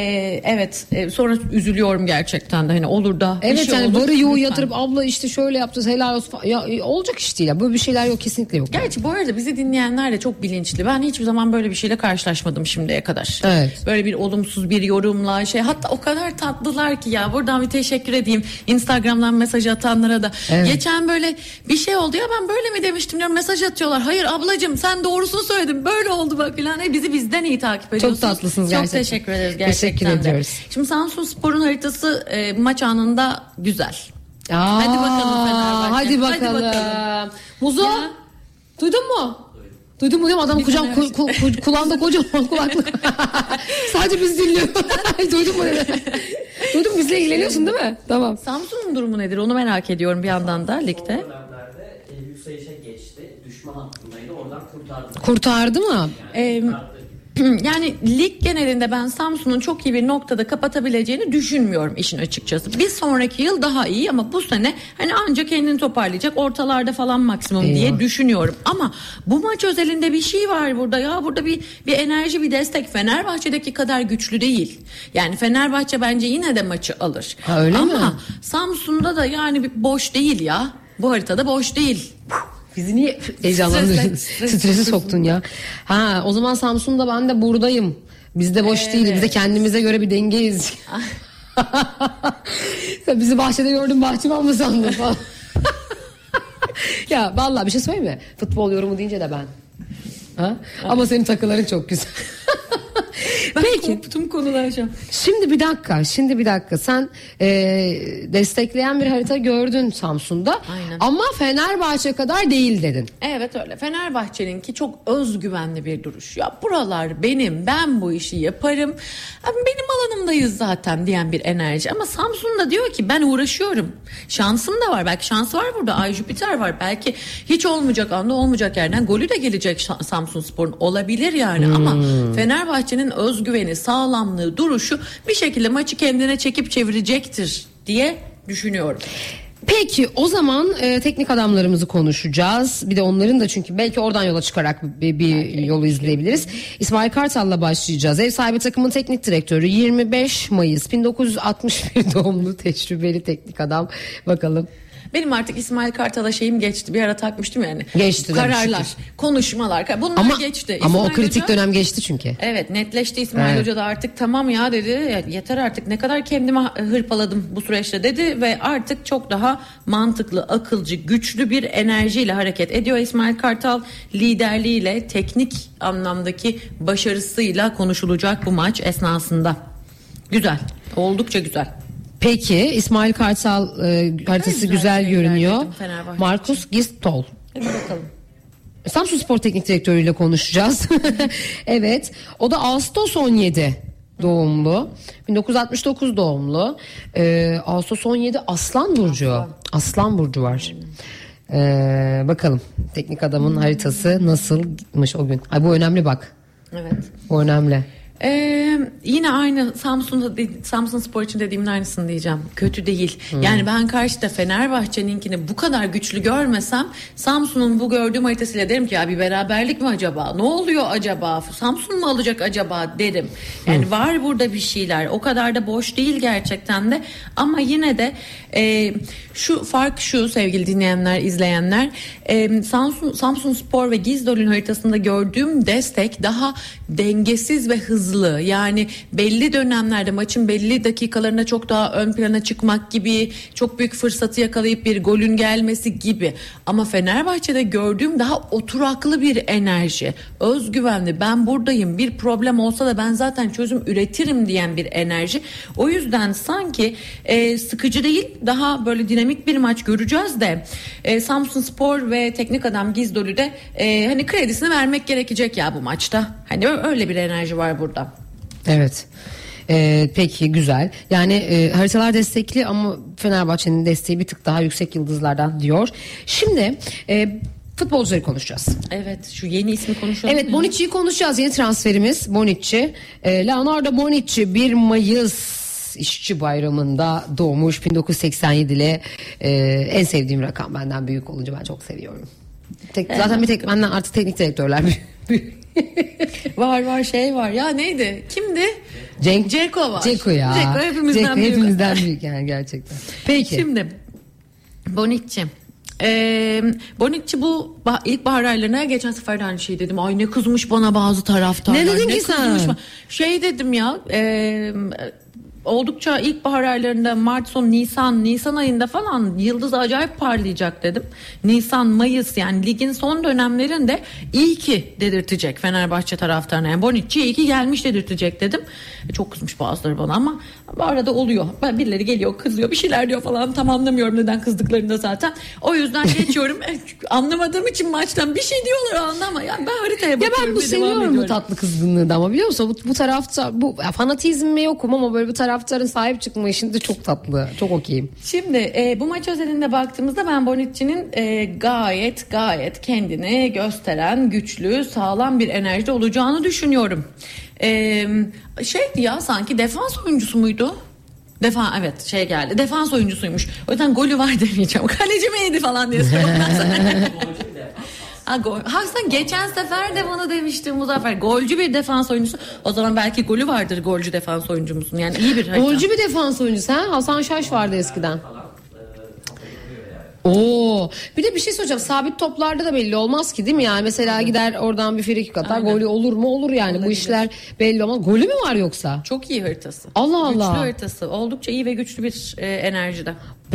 sonra üzülüyorum gerçekten de, hani olur da bir Evet, şey yani olur, barı yoğu lütfen. yatırıp abla işte şöyle yapacağız helal olsun falan. Ya olacak iş değil ya, böyle bir şeyler yok, kesinlikle yok. Gerçi bu arada bizi dinleyenler de çok bilinçli. Ben hiçbir zaman böyle bir şeyle karşılaşmadım şimdiye kadar. Evet. Böyle bir olumsuz bir yorumla hatta o kadar tatlılar ki ya, buradan bir teşekkür edeyim Instagram'dan mesaj atanlara da. Evet. Geçen böyle bir şey oldu ya, ben böyle mi demiştim diyorum, mesaj atıyorlar. Hayır ablacığım, sen doğrusunu söyledin, böyle oldu bak filan. Bizi bizden iyi takip ediyorsunuz. Çok tatlısınız gerçekten. Çok teşekkür ederiz gerçekten. Teşekkür de. ediyoruz. Şimdi Samsun Spor'un haritası maç anında güzel. Aa, Hadi bakalım Fenerbahçe. Hadi bakalım. Muzo, Ya. duydun mu? Duydun mu diyorum, adam kulağında kocaman kulaklık. Sadece biz dinliyor. Duydun mu? Duydun mu, bizle ilgileniyorsun değil mi? Tamam. Samsun'un durumu nedir onu merak ediyorum bir yandan da ligde. Son dönemlerde yükselişe geçti. Düşman hattındaydı. Oradan kurtardı. Kurtardı mı? Yani lig genelinde ben Samsun'un çok iyi bir noktada kapatabileceğini düşünmüyorum işin açıkçası. Bir sonraki yıl daha iyi ama bu sene hani ancak kendini toparlayacak, ortalarda falan maksimum diye düşünüyorum. Ama bu maç özelinde bir şey var burada ya, burada bir enerji, bir destek Fenerbahçe'deki kadar güçlü değil. Yani Fenerbahçe bence yine de maçı alır. Ha, öyle ama mi? Samsun'da da yani bir boş değil ya. Bu haritada boş değil. Bizi niye heyecanlandırdın? Stresi soktun ya. Ha, o zaman Samsun'da ben de buradayım. Biz de boş değiliz. Biz de kendimize göre bir dengeyiz. Bizi bahçede gördüm, bahçıvan mı sandın falan. Ya vallahi bir şey söyleyeyim mi? Futbol yorumu deyince de ben. Ha? Ama senin takıların çok güzel. Peki. Tüm konular şu. Şimdi bir dakika. Sen destekleyen bir harita gördün Samsun'da. Aynen. Ama Fenerbahçe kadar değil dedin. Evet öyle. Fenerbahçe'ninki çok özgüvenli bir duruş. Ya buralar benim, ben bu işi yaparım. Benim alanımdayız zaten diyen bir enerji. Ama Samsun'da diyor ki ben uğraşıyorum. Şansım da var. Belki şansı var burada. Ay Jüpiter var. Belki hiç olmayacak anda olmayacak yerden golü de gelecek Samsun Spor'un. Olabilir yani ama Fenerbahçe'nin özgüveni, sağlamlığı, duruşu bir şekilde maçı kendine çekip çevirecektir diye düşünüyorum. Peki o zaman teknik adamlarımızı konuşacağız. Bir de onların da, çünkü belki oradan yola çıkarak bir yolu izleyebiliriz. İsmail Kartal'la başlayacağız. Ev sahibi takımın teknik direktörü, 25 Mayıs 1961 doğumlu tecrübeli teknik adam. Bakalım. Benim artık İsmail Kartal'a şeyim geçti. Bir ara takmıştım yani. Geçti de Kararlar, şükür. konuşmalar. Bunlar geçti. Ama İsmail o kritik Hoca, dönem geçti çünkü. evet, netleşti İsmail Evet. Hoca da artık tamam ya dedi. Yeter artık, ne kadar kendimi hırpaladım bu süreçte dedi ve artık çok daha mantıklı, akılcı, güçlü bir enerjiyle hareket ediyor İsmail Kartal. Liderliğiyle, teknik anlamdaki başarısıyla konuşulacak bu maç esnasında. Güzel. Oldukça güzel. Peki İsmail Kartal haritası Güzel güzel şeyler görünüyor. dedim Fenerbahçe Markus Gistol. Hadi bakalım. Samsun Spor Teknik Direktörüyle konuşacağız. Evet. O da Ağustos 17 doğumlu. 1969 doğumlu. Ağustos 17 Aslan Burcu. Aslan Burcu var. Bakalım teknik adamın haritası nasılmış o gün. Ay, bu önemli bak. Evet. Bu önemli. Yine aynı Samsun Spor için dediğimin aynısını diyeceğim. Kötü değil. Yani ben karşıda Fenerbahçe'ninkini bu kadar güçlü görmesem Samsun'un bu gördüğüm haritasıyla derim ki ya bir beraberlik mi acaba? Ne oluyor acaba? Samsun mu alacak acaba derim. Yani var burada bir şeyler. O kadar da boş değil gerçekten de. Ama yine de şu fark şu sevgili dinleyenler, izleyenler. Samsun Spor ve Gizdol'ün haritasında gördüğüm destek daha dengesiz ve hızlı. Yani belli dönemlerde maçın belli dakikalarında çok daha ön plana çıkmak gibi, çok büyük fırsatı yakalayıp bir golün gelmesi gibi. Ama Fenerbahçe'de gördüğüm daha oturaklı bir enerji, özgüvenli, ben buradayım, bir problem olsa da ben zaten çözüm üretirim diyen bir enerji. O yüzden sanki sıkıcı değil, daha böyle dinamik bir maç göreceğiz de Samsun Spor ve teknik adam Gizdol'ü de hani kredisini vermek gerekecek ya bu maçta. Hani öyle bir enerji var burada. Evet. Peki güzel. Yani haritalar destekli ama Fenerbahçe'nin desteği bir tık daha yüksek yıldızlardan diyor. Şimdi futbolcuları konuşacağız. Evet, şu yeni ismi konuşalım. Evet, Bonucci'yi konuşacağız. Yeni transferimiz Bonucci. Leonardo Bonucci 1 Mayıs İşçi Bayramı'nda doğmuş, 1987'li. En sevdiğim rakam, benden büyük olunca ben çok seviyorum. Zaten bir tek benden artık teknik direktörler var şey var ya, neydi? Kimdi? Ceko var. Ceko ya. Ceko hepimizden büyük yani gerçekten. Peki. Şimdi Bonucci. Bonucci bu ilkbahar aylarına, geçen sefer de aynı şey dedim. Ay ne kızmış bana bazı taraftarlar. Ne dedin ki sen? Şey dedim ya. Oldukça ilkbahar aylarında, Mart sonu Nisan ayında falan yıldız acayip parlayacak dedim. Nisan, Mayıs, yani ligin son dönemlerinde iyi ki dedirtecek Fenerbahçe taraftarına. Yani Bonucci iyi ki gelmiş dedirtecek dedim. Çok kızmış bazıları bana ama bu arada oluyor. Birileri geliyor, kızıyor, bir şeyler diyor falan. Tam anlamıyorum neden kızdıklarını da zaten. O yüzden geçiyorum. Anlamadığım için maçtan bir şey diyorlar ama yani ben haritaya bakıyorum. Ya ben bu seviyorum bu tatlı kızgınlığı da, ama biliyor musun? Bu tarafta bu fanatizm mi yokum ama böyle bu taraftarın sahip çıkma işinde çok tatlı. Çok okeyim. Şimdi bu maç özelinde baktığımızda ben Bonucci'nin gayet kendini gösteren, güçlü, sağlam bir enerjide olacağını düşünüyorum. Şeydi ya, sanki defans oyuncusu muydu? Evet, şey geldi. Defans oyuncusuymuş. O yüzden golü var demeyeceğim. Kaleci miydi falan diye soruyorum. Sen geçen sefer de bana demiştin Muzaffer. Golcü bir defans oyuncusu. O zaman belki golü vardır golcü defans oyuncumuzun. Yani iyi bir harita. Golcü bir defans oyuncusu ha? Hasan Şaş vardı eskiden. Oo, bir de bir şey soracağım. Sabit toplarda da belli olmaz ki değil mi yani? Mesela gider oradan bir frikik atar. Golü olur mu? Olur yani. Olabilir. Bu işler belli olmaz. Golü mü var yoksa? Çok iyi haritası. Allah Allah. Güçlü haritası. Oldukça iyi ve güçlü bir enerjide.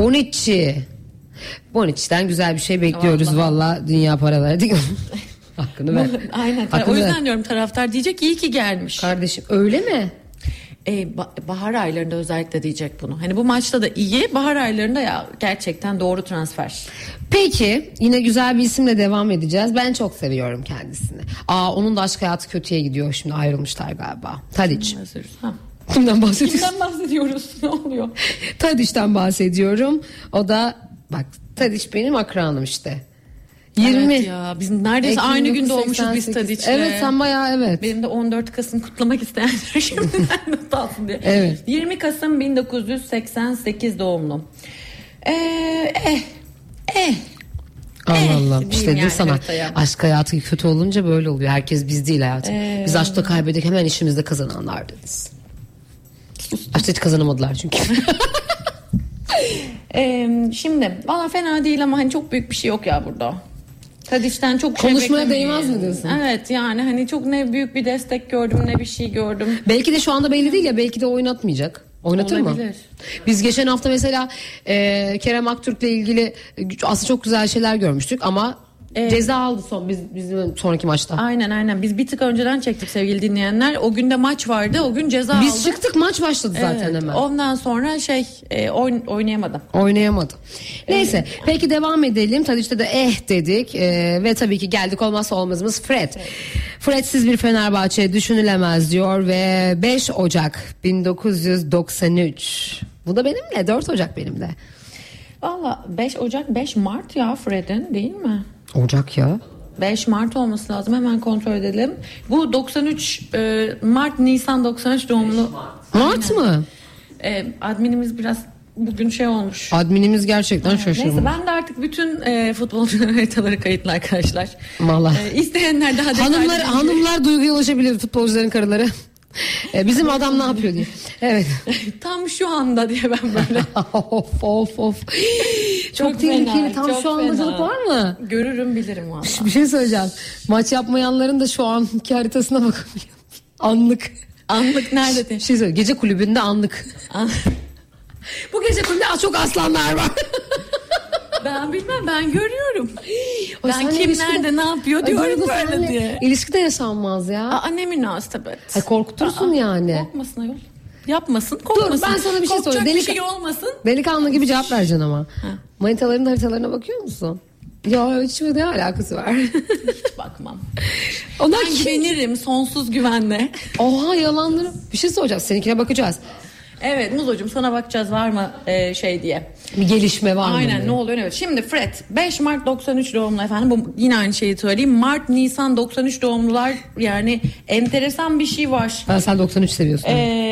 Bonucci'den güzel bir şey bekliyoruz valla. Dünya paraları değil mi? Hakkını ver. Aynen. O yüzden diyorum, taraftar diyecek iyi ki gelmiş. Kardeşim öyle mi? Bahar aylarında özellikle diyecek bunu. Hani bu maçta da iyi, bahar aylarında ya gerçekten doğru transfer. Peki yine güzel bir isimle devam edeceğiz. Ben çok seviyorum kendisini. Onun da aşk hayatı kötüye gidiyor, şimdi ayrılmışlar galiba. Tadic. Kimden bahsediyoruz? Ne oluyor? Tadic'ten bahsediyorum. O da bak, Tadic benim akranım işte. 20. Evet ya, biz neredeyse Ekim aynı gün 1988. doğmuşuz biz Tadic'le. Evet, sen bayağı evet. Benim de 14 Kasım kutlamak isteyenler şimdiden not alsın diye. Evet. 20 Kasım 1988 doğumlu. Allah işte yani dedim sana, haritaya. aşk hayatı kötü olunca böyle oluyor. Herkes biz değil hayatım. Biz aşkta kaybedek, hemen işimizde kazananlardınız. Aşkta hiç kazanamadılar çünkü. Şimdi valla fena değil ama hani çok büyük bir şey yok ya burada. Tadic'ten çok şey konuşmaya değmez mi diyorsun? Evet, yani hani çok ne büyük bir destek gördüm ne bir şey gördüm. Belki de şu anda belli değil ya, belki de oynatmayacak. Oynatır olabilir mı? Biz geçen hafta mesela Kerem Aktürk'le ilgili aslında çok güzel şeyler görmüştük ama ceza aldı bizim sonraki maçta. Aynen. Biz bir tık önceden çektik sevgili dinleyenler. O gün de maç vardı. O gün ceza aldı. Biz çıktık, maç başladı zaten hemen. Ondan sonra oynayamadım. Oynayamadı. Neyse peki devam edelim. Tadic'te de dedik ve tabii ki geldik olmazsa olmazımız Fred. Evet. Fred'siz bir Fenerbahçe düşünülemez diyor ve 5 Ocak 1993. Bu da benimle, 4 Ocak benimle. Valla 5 Ocak 5 Mart ya Fred'in, değil mi? Ocak ya. 5 Mart olması lazım. Hemen kontrol edelim. Bu 93 Mart, Nisan 93 doğumlu. Mart mı? Adminimiz biraz bugün şey olmuş. Adminimiz gerçekten şaşırmış. Neyse, ben de artık bütün futbolcuların haritaları kayıtlı arkadaşlar. Vallahi. İsteyenler daha detaylı. Hanımlar duyguya ulaşabilir, futbolcuların karıları. Bizim adam ne yapıyor diye. Evet. Tam şu anda diye ben böyle. of. Çok tehlikeli. Tam çok şu andacılık fena. var mı? Görürüm bilirim valla. Bir şey söyleyeceğim. Maç yapmayanların da şu anki haritasına bakabiliyor. Anlık. Anlık nerede? Bir şey söyleyeyim. Gece kulübünde anlık. Bu gece kulübünde çok aslanlar var. Ben bilmem, ben görüyorum. O Ben seninle kim ilişkide- nerede ne yapıyor Ay, diyorum Duygu, böyle seninle diye. İlişkide yaşanmaz ya. Aa, ne münasebet. Ay, korkutursun yani. Korkmasın ayol. Yapmasın, korkmasın. ben sana bir şey Korkacak sorayım. bir şey olmasın. Delikanlı gibi cevap vereceksin ama. Manitaların haritalarına bakıyor musun? Ya hiç ne alakası var? Hiç bakmam. Onlar Ben güvenirim sonsuz güvenle. Oha, yalanları. Bir şey soracağım. Seninkine bakacağız. Evet Muzocuğum, sana bakacağız var mı şey diye. Bir gelişme var mı? Aynen, ne oluyor evet. Şimdi Fred 5 Mart 93 doğumlu efendim. Bu yine aynı şeyi söyleyeyim. Mart, Nisan 93 doğumlular, yani enteresan bir şey var. Sen 93 seviyorsun.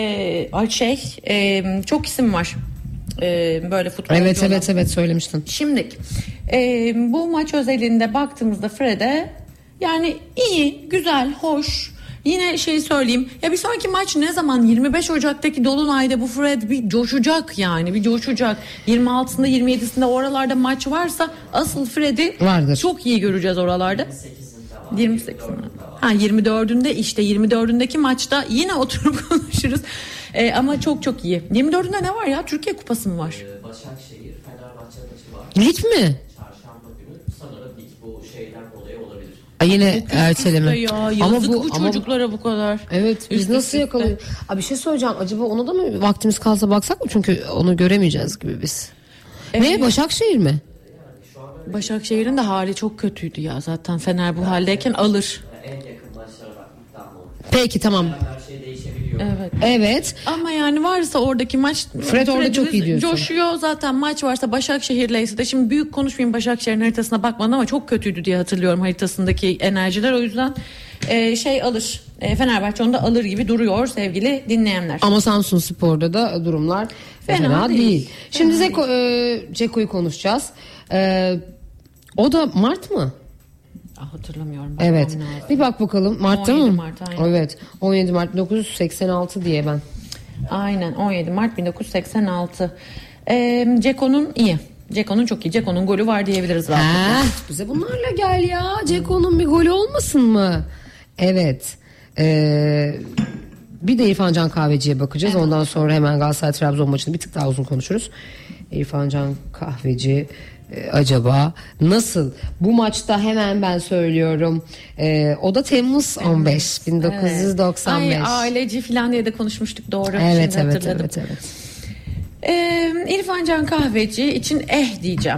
Çok isim var. Böyle futbol. Evet söylemiştin. Şimdi bu maç özelinde baktığımızda Fred'e yani iyi, güzel, hoş. Yine şey söyleyeyim. Ya bir sonraki maç ne zaman? 25 Ocak'taki Dolunay'da bu Fred bir coşacak yani. Bir coşacak. 26'sında 27'sinde oralarda maç varsa asıl Fred'i Vardır. çok iyi göreceğiz oralarda. 28'inde. Ha 24'ünde işte 24'ündeki maçta yine oturup konuşuruz. Ama çok çok iyi. 24'ünde ne var ya? Türkiye Kupası mı var? Başakşehir, Fenerbahçe maçı var. Lig mi? Çarşamba günü sanırım lig, bu şeyden dolayı olabilir. Yine erteleme. Ya, yazık bu çocuklara bu kadar. Evet, biz nasıl yakalıyoruz? Bir şey söyleyeceğim. Acaba ona da mı vaktimiz kalsa baksak mı? Çünkü onu göremeyeceğiz gibi biz. Ne? Başakşehir mi? Başakşehir'in de hali çok kötüydü ya. Zaten Fener bu haldeyken alır. En yakın maçlara bakmak daha olur. Peki tamam. Her şey değişebiliyor. Evet. Ama yani varsa oradaki maç Fred orada çok iyi diyorsun. Coşuyor zaten, maç varsa Başakşehir'le de şimdi büyük konuşmayayım, Başakşehir'in haritasına bakmadım ama çok kötüydü diye hatırlıyorum haritasındaki enerjiler, o yüzden şey alır. Fenerbahçe onu da alır gibi duruyor sevgili dinleyenler. Ama Samsunspor'da da durumlar fena değil. Şimdi Ceko'yu konuşacağız. O da Mart mı? Hatırlamıyorum. Evet. Bir bak bakalım. Mart'ta 17 mı? Mart, aynen. Evet. 17 Mart 1986 diye ben. Aynen 17 Mart 1986. Ceko'nun iyi. Ceko'nun çok iyi. Ceko'nun golü var diyebiliriz rahatlıkla. Bize bunlarla gel ya. Ceko'nun bir golü olmasın mı? Evet. Bir de İrfan Can Kahveci'ye bakacağız. Evet. Ondan sonra hemen Galatasaray Trabzon maçını bir tık daha uzun konuşuruz. İrfan Can Kahveci acaba nasıl? Bu maçta hemen ben söylüyorum. O da Temmuz 15 1995. Ay, aileci falan diye de konuşmuştuk, doğru. Evet şimdi evet hatırladım. evet. İrfan Can Kahveci için diyeceğim.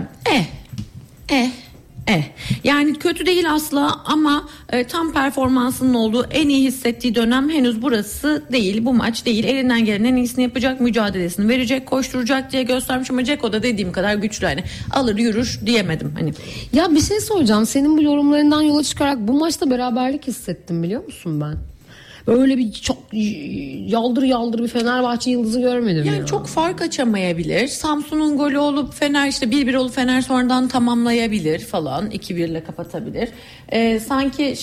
Yani kötü değil asla ama tam performansının olduğu, en iyi hissettiği dönem henüz burası değil, bu maç değil. Elinden gelen en iyisini yapacak, mücadelesini verecek, koşturacak diye göstermiş ama Ceko da dediğim kadar güçlü, hani alır yürür diyemedim hani. Ya bir şey soracağım, senin bu yorumlarından yola çıkarak bu maçta beraberlik hissettim, biliyor musun ben? Öyle bir çok yaldır bir Fenerbahçe yıldızı görmedim yani ya. çok fark açamayabilir. Samsun'un golü olup Fener işte 1-1 olup Fener sonradan tamamlayabilir falan. 2-1 ile kapatabilir. Sanki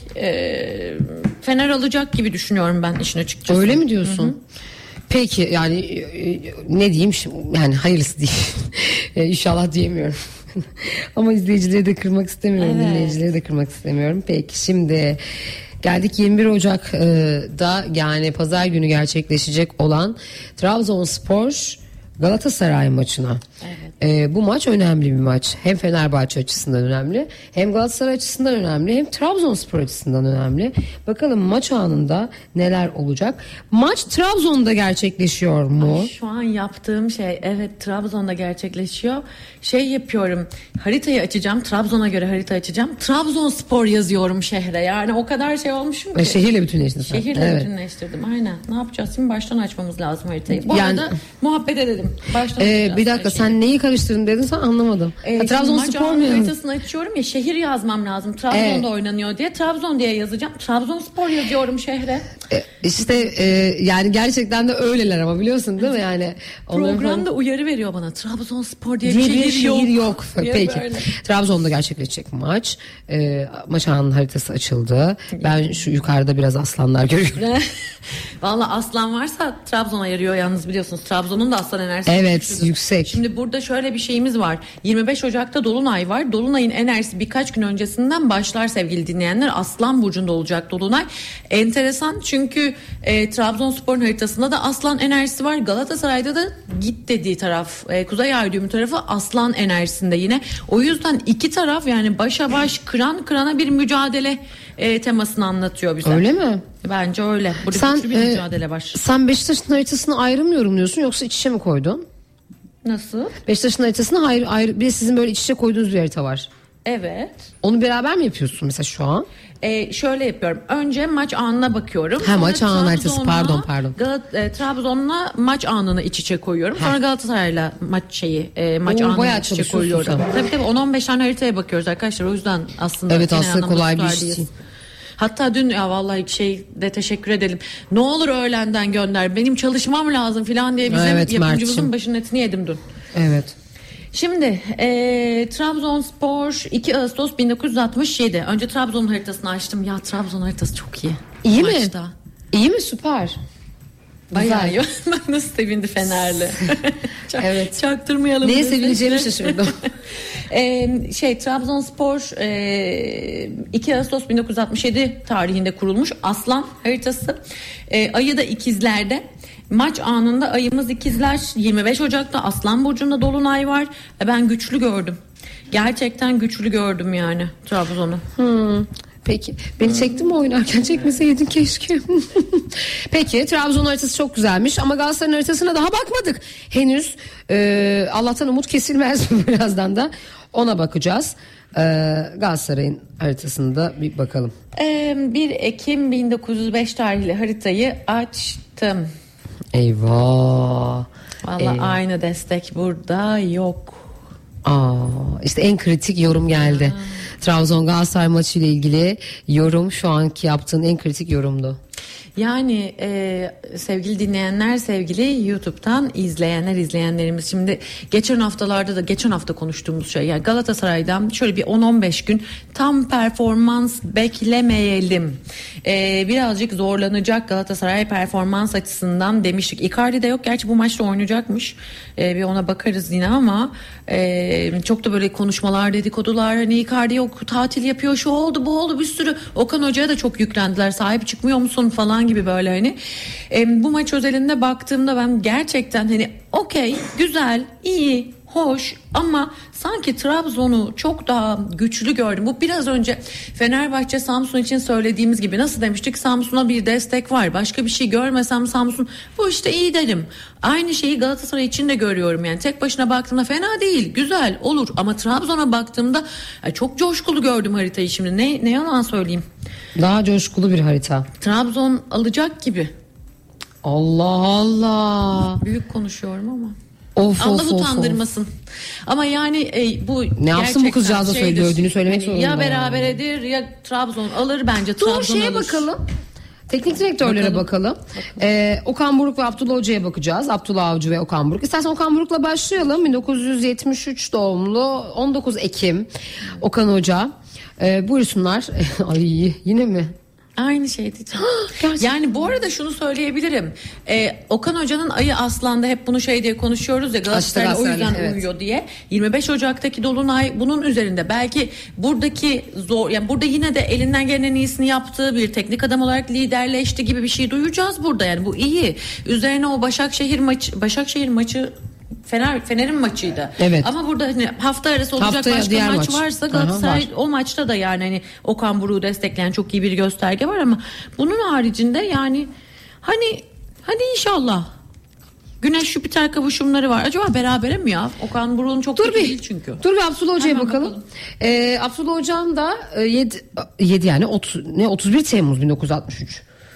Fener alacak gibi düşünüyorum ben işin açıkçası. Öyle mi diyorsun? Hı-hı. Peki yani ne diyeyim şimdi, yani hayırlısı değil. İnşallah diyemiyorum. Ama izleyicileri de kırmak istemiyorum. Evet. Dinleyicileri de kırmak istemiyorum. Peki şimdi geldik 21 Ocak'da yani pazar günü gerçekleşecek olan Trabzonspor Galatasaray maçına. Evet. Bu maç önemli bir maç. Hem Fenerbahçe açısından önemli, hem Galatasaray açısından önemli, hem Trabzonspor açısından önemli. Bakalım maç anında neler olacak? Maç Trabzon'da gerçekleşiyor mu? Şu an yaptığım şey, evet, Trabzon'da gerçekleşiyor. Yapıyorum. Haritayı açacağım. Trabzon'a göre harita açacağım. Trabzonspor yazıyorum şehre. Yani o kadar şey olmuşum ki. Şehirle bütünleştin sen. Şehirle bütünleştirdim. Aynen. Ne yapacağız? Şimdi baştan açmamız lazım haritayı. Bu arada muhabbet edelim. dedim. Baştan Bir dakika sen neyi karıştırdın dedin, sen anlamadım. Trabzonspor mu? Haritasını açıyorum ya, şehir yazmam lazım. Trabzon'da oynanıyor diye. Trabzon diye yazacağım. Trabzonspor yazıyorum şehre. İşte yani gerçekten de öyleler ama biliyorsun değil mi yani? Programda uyarı veriyor bana. Trabzonspor diye bir şehir yok. Peki. Böyle. Trabzon'da gerçekleşecek maç. Maç anının haritası açıldı. Ben şu yukarıda biraz aslanlar görüyorum. Valla aslan varsa Trabzon'a yarıyor yalnız, biliyorsunuz. Trabzon'un da aslan enerjisi evet, yüksek. Şimdi burada şöyle bir şeyimiz var. 25 Ocak'ta Dolunay var. Dolunay'ın enerjisi birkaç gün öncesinden başlar sevgili dinleyenler. Aslan burcunda olacak Dolunay. Enteresan çünkü Trabzonspor'un haritasında da aslan enerjisi var. Galatasaray'da da git dediği taraf, Kuzey Ay düğümü tarafı aslan enerjisinde yine. O yüzden iki taraf yani başa baş, kıran kırana bir mücadele temasını anlatıyor bize. Öyle mi? Bence öyle. Burada güçlü bir mücadele var. Sen Beşiktaş'ın haritasını ayrı mı yorumluyorsun yoksa iç içe mi koydun? Nasıl? Beşiktaş'ın haritasını ayrı bir de sizin böyle iç içe koyduğunuz bir harita var. Evet. Onu beraber mi yapıyorsun mesela şu an? Şöyle yapıyorum. Önce maç anına bakıyorum. Ha, maç anı haritası, pardon. Trabzon'la maç anını iç içe koyuyorum. Sonra Galatasaray'la maç anını iç içe koyuyorum. Tabii 10-15 tane haritaya bakıyoruz arkadaşlar. O yüzden aslında evet, aslında kolay bir iş değil. Hatta dün ya vallahi de teşekkür edelim. Ne olur öğlenden gönder. Benim çalışmam lazım falan diye bizim yapımcımızın başının etini yedim dün. Evet. Şimdi Trabzonspor 2 Ağustos 1967. Önce Trabzon'un haritasını açtım. Ya Trabzon haritası çok iyi. İyi mi? İyi mi? Süper. Bayağı iyi. Bak nasıl sevindi Fenerli. Evet. Çaktırmayalım. Neye sevineceğimi şaşırdım. Trabzonspor 2 Ağustos 1967 tarihinde kurulmuş aslan haritası. Ayı da ikizlerde. Maç anında ayımız ikizler. 25 Ocak'ta Aslan burcunda dolunay var. Ben güçlü gördüm. Gerçekten güçlü gördüm yani Trabzon'u. Peki. Beni çektin mi oynarken? Çekmeseydin keşke. Peki, Trabzon haritası çok güzelmiş ama Galatasaray'ın haritasına daha bakmadık. Henüz Allah'tan umut kesilmez mi? Birazdan da ona bakacağız. Galatasaray'ın haritasında bir bakalım. 1 Ekim 1905 tarihli haritayı açtım. Eyvah. Vallahi aynı destek burada yok. İşte en kritik yorum geldi. Trabzon Galatasaray maçı ile ilgili yorum şu anki yaptığın en kritik yorumdu. Yani sevgili dinleyenler, sevgili YouTube'dan izleyenlerimiz, şimdi geçen hafta konuştuğumuz şey, yani Galatasaray'dan şöyle bir 10-15 gün tam performans beklemeyelim. Birazcık zorlanacak Galatasaray performans açısından demiştik. Icardi de yok, gerçi bu maçta oynayacakmış. Bir ona bakarız yine ama çok da böyle konuşmalar, dedikodular, hani Icardi yok, tatil yapıyor, şu oldu bu oldu, bir sürü. Okan Hoca'ya da çok yüklendiler, sahip çıkmıyor musun falan gibi böyle hani. Bu maç özelinde baktığımda ben gerçekten hani okey, güzel, iyi, hoş ama sanki Trabzon'u çok daha güçlü gördüm. Bu biraz önce Fenerbahçe Samsun için söylediğimiz gibi, nasıl demiştik, Samsun'a bir destek var, başka bir şey görmesem Samsun bu işte iyi derim. Aynı şeyi Galatasaray için de görüyorum, yani tek başına baktığımda fena değil, güzel olur ama Trabzon'a baktığımda çok coşkulu gördüm haritayı. Şimdi ne yalan söyleyeyim, daha coşkulu bir harita. Trabzon alacak gibi. Allah Allah. Büyük konuşuyorum ama. Allah utandırmasın. Ama yani bu ne yapsın bu kızcağız da gördüğünü söylemek zorunda. Ya beraberedir ya Trabzon alır, bence Trabzon alır. Şeye bakalım. Teknik direktörlere bakalım. Okan Buruk ve Abdullah Hoca'ya bakacağız. Abdullah Avcı ve Okan Buruk. İstersen Okan Buruk'la başlayalım. 1973 doğumlu, 19 Ekim Okan Hoca. Buyursunlar. Ay yine mi? Aynı şey diyeceğim. Yani bu arada şunu söyleyebilirim. Okan Hoca'nın ayı Aslan'da, hep bunu diye konuşuyoruz ya, Galatasaray o yüzden uyuyor diye. 25 Ocak'taki dolunay bunun üzerinde. Belki buradaki zor, yani burada yine de elinden gelen en iyisini yaptığı bir teknik adam olarak liderleşti gibi bir şey duyacağız burada. Yani bu iyi. Üzerine o Başakşehir maçı Fener'in maçıydı. Evet. Ama burada hani hafta arası olacak haftaya başka maç varsa Galatasaray o maçta da yani hani Okan Buruk'u destekleyen çok iyi bir gösterge var ama bunun haricinde yani hani hadi inşallah. Güneş Jüpiter kavuşumları var. Acaba berabere mi ya? Okan Buruk'un çok kötü değil çünkü. Dur bir Abdullah Hoca'ya bakalım. Abdullah Hocam da 7 yani 31 Temmuz 1963.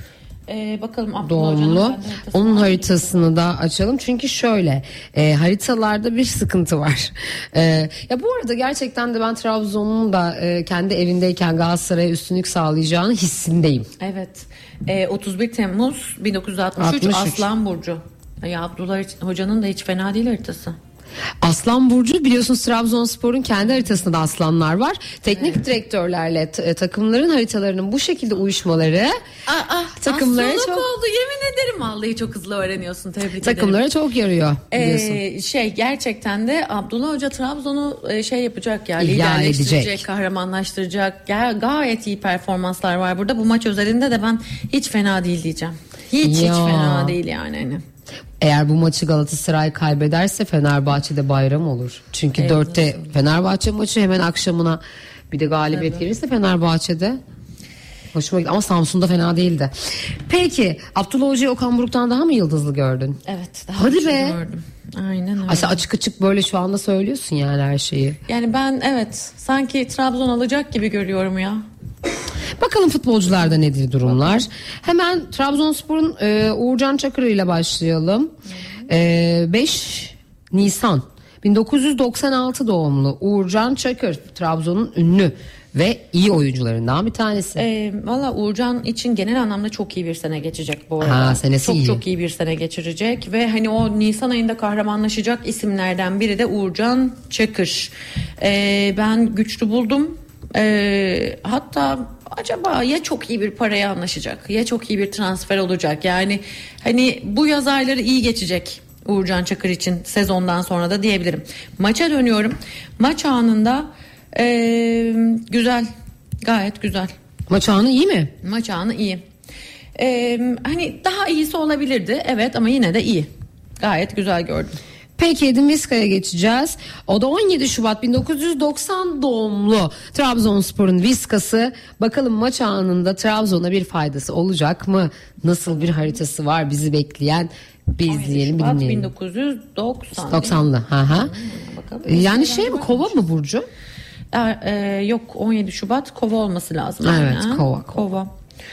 Bakalım Abdullah Hoca'nın doğumlu. kendi haritasını Onun açalım. haritasını da açalım. Çünkü şöyle haritalarda bir sıkıntı var. Ya bu arada gerçekten de ben Trabzon'un da kendi evindeyken Galatasaray'a üstünlük sağlayacağını hissindeyim. Evet. 31 Temmuz 1963 63. Aslan Burcu. Ya Abdullah Hoca'nın da hiç fena değil haritası. Aslan Burcu, biliyorsunuz Trabzonspor'un kendi haritasında da aslanlar var. Teknik direktörlerle takımların haritalarının bu şekilde uyuşmaları takımlara astrolog çok oldu, yemin ederim. Vallahi çok hızlı öğreniyorsun, tebrik takımlara ederim. çok yarıyor biliyorsun. Gerçekten de Abdullah Hoca Trabzon'u yapacak ya, İhya liderleştirecek, edecek. kahramanlaştıracak. Gayet iyi performanslar var burada. Bu maç özelinde de ben hiç fena değil diyeceğim. Hiç Ya. fena değil yani. Hani. Eğer bu maçı Galatasaray kaybederse Fenerbahçe'de bayram olur. Çünkü 4'te Fenerbahçe maçı, hemen akşamına bir de galibiyet gelirse Fenerbahçe'de. Hoşuma gitti ama Samsun'da fena değildi. Peki Abdullah Hoca'yı Okan Buruk'tan daha mı yıldızlı gördün? Evet. Hadi çok be. gördüm. Aynen öyle. Ay sen açık açık böyle şu anda söylüyorsun yani her şeyi. Yani ben sanki Trabzon alacak gibi görüyorum ya. Bakalım futbolcularda nedir durumlar. Hemen Trabzonspor'un Uğurcan Çakır ile başlayalım. 5 Nisan 1996 doğumlu Uğurcan Çakır, Trabzon'un ünlü ve iyi oyuncularından bir tanesi. Valla Uğurcan için genel anlamda çok iyi bir sene geçecek bu arada. Senesi çok iyi. çok iyi bir sene geçirecek ve hani o Nisan ayında kahramanlaşacak isimlerden biri de Uğurcan Çakır. Ben güçlü buldum. Hatta acaba ya çok iyi bir paraya anlaşacak ya çok iyi bir transfer olacak. Yani hani bu yaz ayları iyi geçecek Uğurcan Çakır için, sezondan sonra da diyebilirim. Maça dönüyorum. Maç anında güzel, gayet güzel. Maç anı iyi mi? Maç anı iyi. Hani daha iyisi olabilirdi, evet, ama yine de iyi. Gayet güzel gördüm. Peki Edin Vizca'ya geçeceğiz. O da 17 Şubat 1990 doğumlu Trabzonspor'un Vizca'sı. Bakalım maç anında Trabzon'a bir faydası olacak mı? Nasıl bir haritası var bizi bekleyen? Bir izleyelim, bir dinleyelim. 1990. 90'lı. Hı. Bakalım. Yani mi, Kova mı burcu? Yok, 17 Şubat Kova olması lazım. Evet, Aynen. Kova.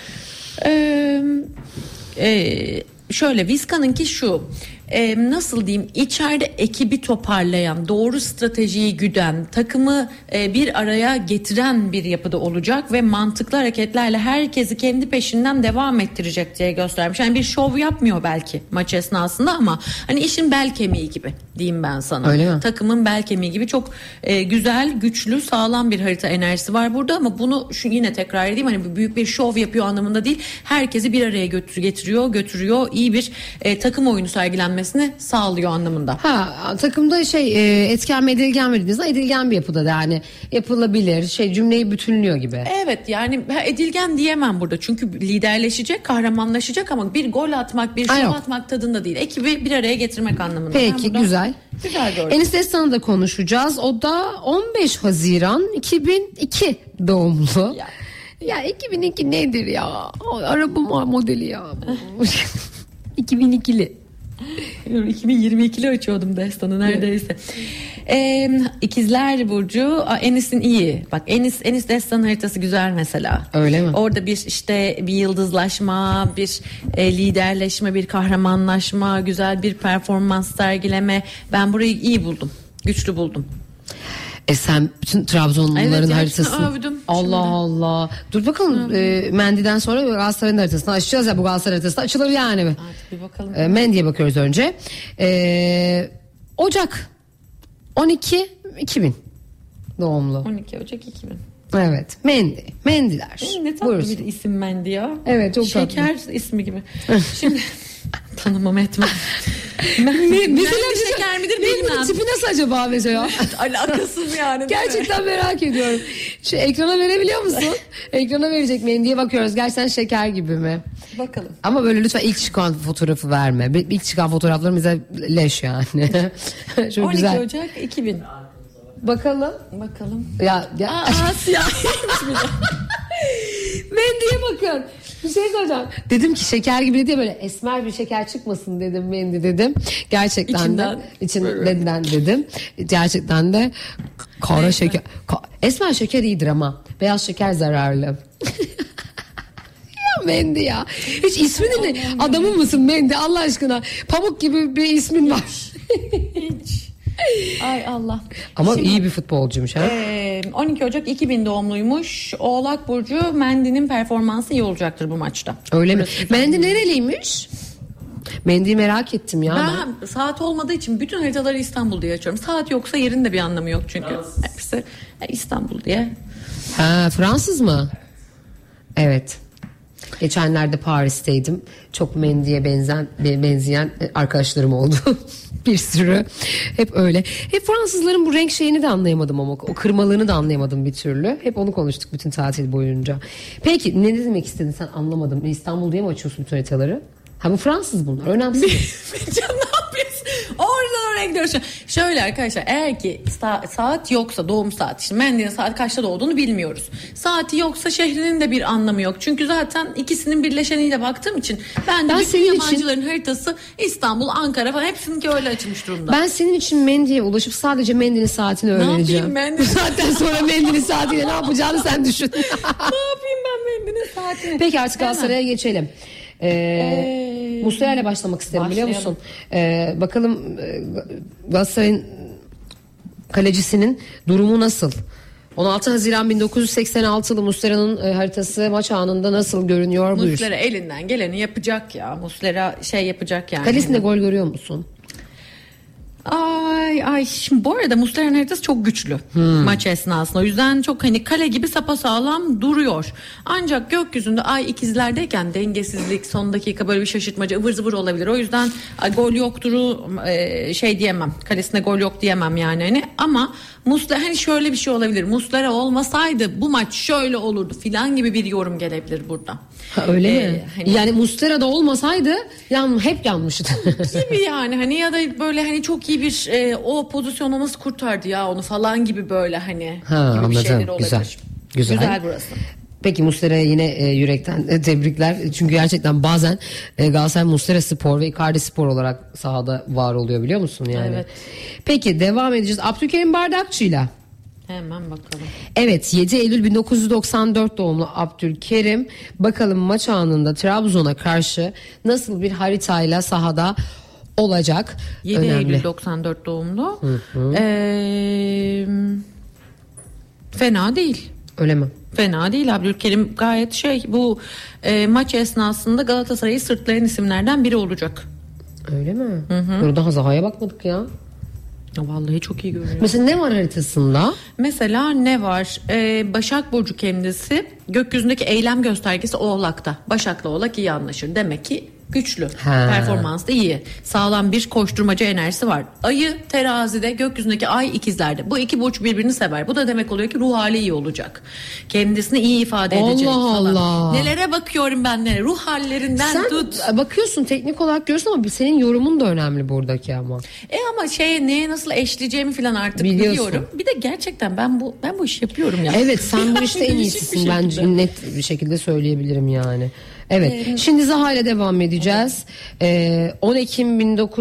Şöyle, Vizca'nınki şu. Nasıl diyeyim, içeride ekibi toparlayan, doğru stratejiyi güden, takımı bir araya getiren bir yapıda olacak ve mantıklı hareketlerle herkesi kendi peşinden devam ettirecek diye göstermiş. Yani bir şov yapmıyor belki maç esnasında ama hani işin bel kemiği gibi diyeyim ben sana. Öyle mi? Takımın bel kemiği gibi çok güzel, güçlü, sağlam bir harita enerjisi var burada ama bunu yine tekrar edeyim, hani büyük bir şov yapıyor anlamında değil. Herkesi bir araya götürüyor. İyi bir takım oyunu sergilenmesini sağlıyor anlamında. Takımda etken mi edilgen mi dediğinizde edilgen bir yapıda da yani yapılabilir, cümleyi bütünlüyor gibi. Evet, yani edilgen diyemem burada çünkü liderleşecek, kahramanlaşacak ama bir gol atmak, bir şov atmak tadında değil. Ekibi bir araya getirmek anlamında. Peki, güzel. Güzel gördüm. Enis Destan'ı da konuşacağız. O da 15 Haziran 2002 doğumlu. Ya 2002 nedir ya? Araba modeli ya. 2002'li. 2022'li açıyordum Destan'ı neredeyse. İkizler Burcu. Enis'in iyi. Bak Enis Destan haritası güzel mesela. Öyle mi? Orada bir yıldızlaşma, bir liderleşme, bir kahramanlaşma, güzel bir performans sergileme. Ben burayı iyi buldum. Güçlü buldum. Sen bütün Trabzonluların haritasını övdüm. Allah Allah. Dur bakalım, Mendy'den sonra Galatasaray'ın haritasını açacağız ya, bu Galatasaray haritası açılır yani. Artık bir bakalım. Mendy'ye bakıyoruz önce. Ocak 12 2000 doğumlu. 12 Ocak 2000. Evet, Mendy'ler. Ne tatlı Buyursun. bir isim Mendy ya. Evet, çok tatlı. Şeker ismi gibi. Şimdi tanımam etmem. Mendy şeker midir bilmem. tipi nasıl acaba mesela? Alakasız yani. Gerçekten merak ediyorum. Şu ekrana verebiliyor musun? Ekrana verecek Mendy'ye bakıyoruz. Gerçekten şeker gibi mi? Bakalım. Ama böyle lütfen ilk çıkan fotoğrafı verme. İlk çıkan fotoğraflar bize leş yani. Çok 12 güzel. Ocak 2000. Bakalım. Ya. Asya. Mendy'ye bakın. Bir şey söyleyeceğim. Dedim ki şeker gibi diye böyle esmer bir şeker çıkmasın dedim Mendy dedim. Gerçekten içinden dedim. Gerçekten de kara şeker. Esmer şeker iyidir ama beyaz şeker zararlı. Ya Mendy ya. Hiç ismini ne? Adamı mısın Mendy Allah aşkına? Pamuk gibi bir ismin var. Hiç. Ay Allah. Ama iyi bir futbolcuymuş ha. 12 Ocak 2000 doğumluymuş. Oğlak Burcu, Mendy'nin performansı iyi olacaktır bu maçta. Öyle mi? Mendy nereliymiş? Mendy'yi merak ettim ya. Ben saat olmadığı için bütün haritaları İstanbul diye açıyorum. Saat yoksa yerin de bir anlamı yok çünkü. Hepsi İstanbul diye. Ha, Fransız mı? Evet. Geçenlerde Paris'teydim. Çok Mendy'ye benzeyen arkadaşlarım oldu. Bir sürü. Hep öyle. Hep Fransızların bu renk şeyini de anlayamadım ama o kırmalığını da anlayamadım bir türlü. Hep onu konuştuk bütün tatil boyunca. Peki ne demek istedin sen anlamadım. İstanbul diye mi açıyorsun bütün haritaları? Ha bu Fransız bunlar. Önemsiz. Can ne yapıyorsun? Oradan oraya gidiyoruz. Şöyle arkadaşlar, eğer ki saat yoksa, doğum saati, şimdi Mendy'nin saat kaçta doğduğunu bilmiyoruz. Saati yoksa şehrinin de bir anlamı yok. Çünkü zaten ikisinin birleşeniyle baktığım için ben bütün yabancıların haritası İstanbul, Ankara falan hepsininki öyle açılmış durumda. Ben senin için Mendy'ye ulaşıp sadece Mendy'nin saatini öğreneceğim. Bu saatten sonra Mendy'nin saatiyle ne yapacağını sen düşün. Ne yapayım ben Mendy'nin saatini? Peki artık Galatasaray'a geçelim. Muslera ile başlamak isterim biliyor musun? Bakalım Galatasaray'ın kalecisinin durumu nasıl? 16 Haziran 1986'lı Muslera'nın haritası maç anında nasıl görünüyor? Buyur. Muslera elinden geleni yapacak ya. Muslera yapacak yani. Kalesinde gol görüyor musun? Ay şimdi bu arada Muslera'nın haritası çok güçlü maç esnasında. O yüzden çok kale gibi sapasağlam duruyor. Ancak gökyüzünde ay ikizlerdeyken dengesizlik, son dakika böyle bir şaşırtmaca, ıvır zıvır olabilir. O yüzden gol yokturu diyemem. Kalesinde gol yok diyemem yani. Ama Muslera şöyle bir şey olabilir. Muslera olmasaydı bu maç şöyle olurdu filan gibi bir yorum gelebilir burada. Ha, öyle mi? Yani Muslera da olmasaydı hep yanmıştı. Gibi yani ya da böyle çok iyi bir o pozisyonu nasıl kurtardı ya onu falan gibi böyle gibi anladım. bir şeyler olabilir. Güzel burası. Peki Muslera'ya yine yürekten tebrikler. Çünkü gerçekten bazen Galatasaray Muslera Spor ve Icardi Spor olarak sahada var oluyor biliyor musun yani? Evet. Peki devam edeceğiz. Abdülkerim Bardakçı'yla. Hemen bakalım. Evet 7 Eylül 1994 doğumlu Abdülkerim bakalım maç anında Trabzon'a karşı nasıl bir haritayla sahada olacak. 7 Önemli. Eylül 94 doğumlu. Fena değil. Öyle mi? Fena değil. Abdülkerim gayet bu maç esnasında Galatasaray'ı sırtlayan isimlerden biri olacak. Öyle mi? Burada Zaha'ya bakmadık ya. Vallahi çok iyi görünüyor. Mesela ne var haritasında? Mesela ne var? Başak Burcu kendisi, gökyüzündeki eylem göstergesi Oğlak'ta. Başak'la Oğlak iyi anlaşır. Demek ki güçlü. Performans da iyi. Sağlam bir koşturmaca enerjisi var. Ayı terazide, gökyüzündeki ay ikizlerde. Bu iki burç birbirini sever. Bu da demek oluyor ki ruh hali iyi olacak. Kendisini iyi ifade edecek falan. Allah. Nelere bakıyorum ben nelere. Ruh hallerinden sen tut. Sen bakıyorsun teknik olarak görüyorsun ama senin yorumun da önemli buradaki ama. Ama neye nasıl eşleyeceğimi falan artık biliyorum. Bir de gerçekten ben bu işi yapıyorum ya. Evet sen bu işte en iyisisin bence net bir şekilde söyleyebilirim yani. Evet. Şimdi Zaha ile devam edeceğiz. 10 Ekim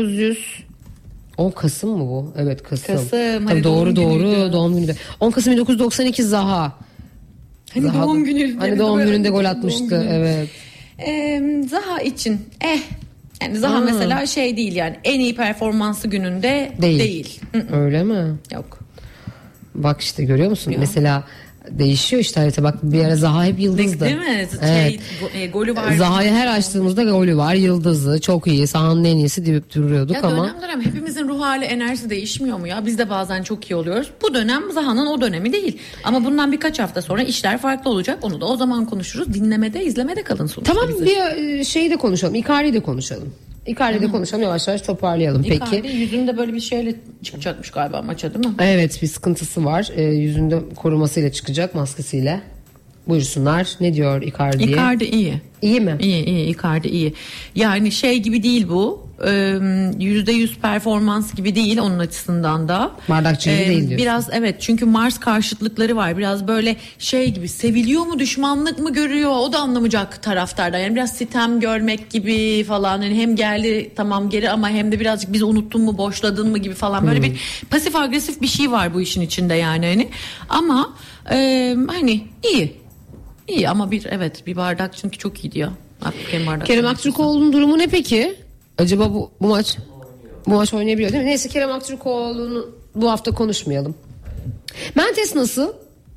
10 Kasım mı bu? Evet Kasım. Tabii doğru doğum günü de. 10 Kasım 1992 Zaha. Zaha doğum günü. Hani doğum gününde gol atmıştı. Evet. Zaha için yani Zaha mesela değil yani en iyi performansı gününde değil. Öyle mi? Yok. Bak işte görüyor musun? Yok. Mesela değişiyor işte harita. Bak bir ara Zaha hep yıldızdı. Değil mi? Evet. Golü var. Zaha'yı her açtığımızda golü var, yıldızı, çok iyi, sahanın en iyisi deyip duruyorduk ama. Dönem hepimizin ruh hali, enerjisi değişmiyor mu ya? Biz de bazen çok iyi oluyoruz. Bu dönem Zaha'nın o dönemi değil. Ama bundan birkaç hafta sonra işler farklı olacak. Onu da o zaman konuşuruz. Dinlemede, izlemede kalın sonuçta. Tamam bir şeyi de konuşalım. Icardi'yi de konuşalım. Icardi'yi de konuşalım, yavaş yavaş toparlayalım. Icardi peki. Yüzünde böyle bir şeyle çıkacakmış galiba maça değil mi? Evet bir sıkıntısı var. Yüzünde korumasıyla çıkacak, maskesiyle. Buyursunlar. Ne diyor Icardi'ye? Icardi iyi. İyi mi? İyi Icardi iyi. Yani gibi değil bu. %100 performans gibi değil onun açısından da. Bardakçı gibi değil diyorsun. Biraz evet çünkü Mars karşıtlıkları var. Biraz böyle gibi seviliyor mu düşmanlık mı görüyor o da anlamayacak taraftarda. Yani biraz sitem görmek gibi falan. Yani hem geldi tamam geri ama hem de birazcık bizi unuttun mu boşladın mı gibi falan. Böyle bir pasif agresif bir şey var bu işin içinde yani. Ama iyi. İyi ama bir bardak çünkü çok iyi diyor. Kerem Aktürkoğlu'nun durumu ne peki? Acaba bu maç oynayabiliyor değil mi? Neyse, Kerem Aktürkoğlu'nu bu hafta konuşmayalım. Mertens nasıl?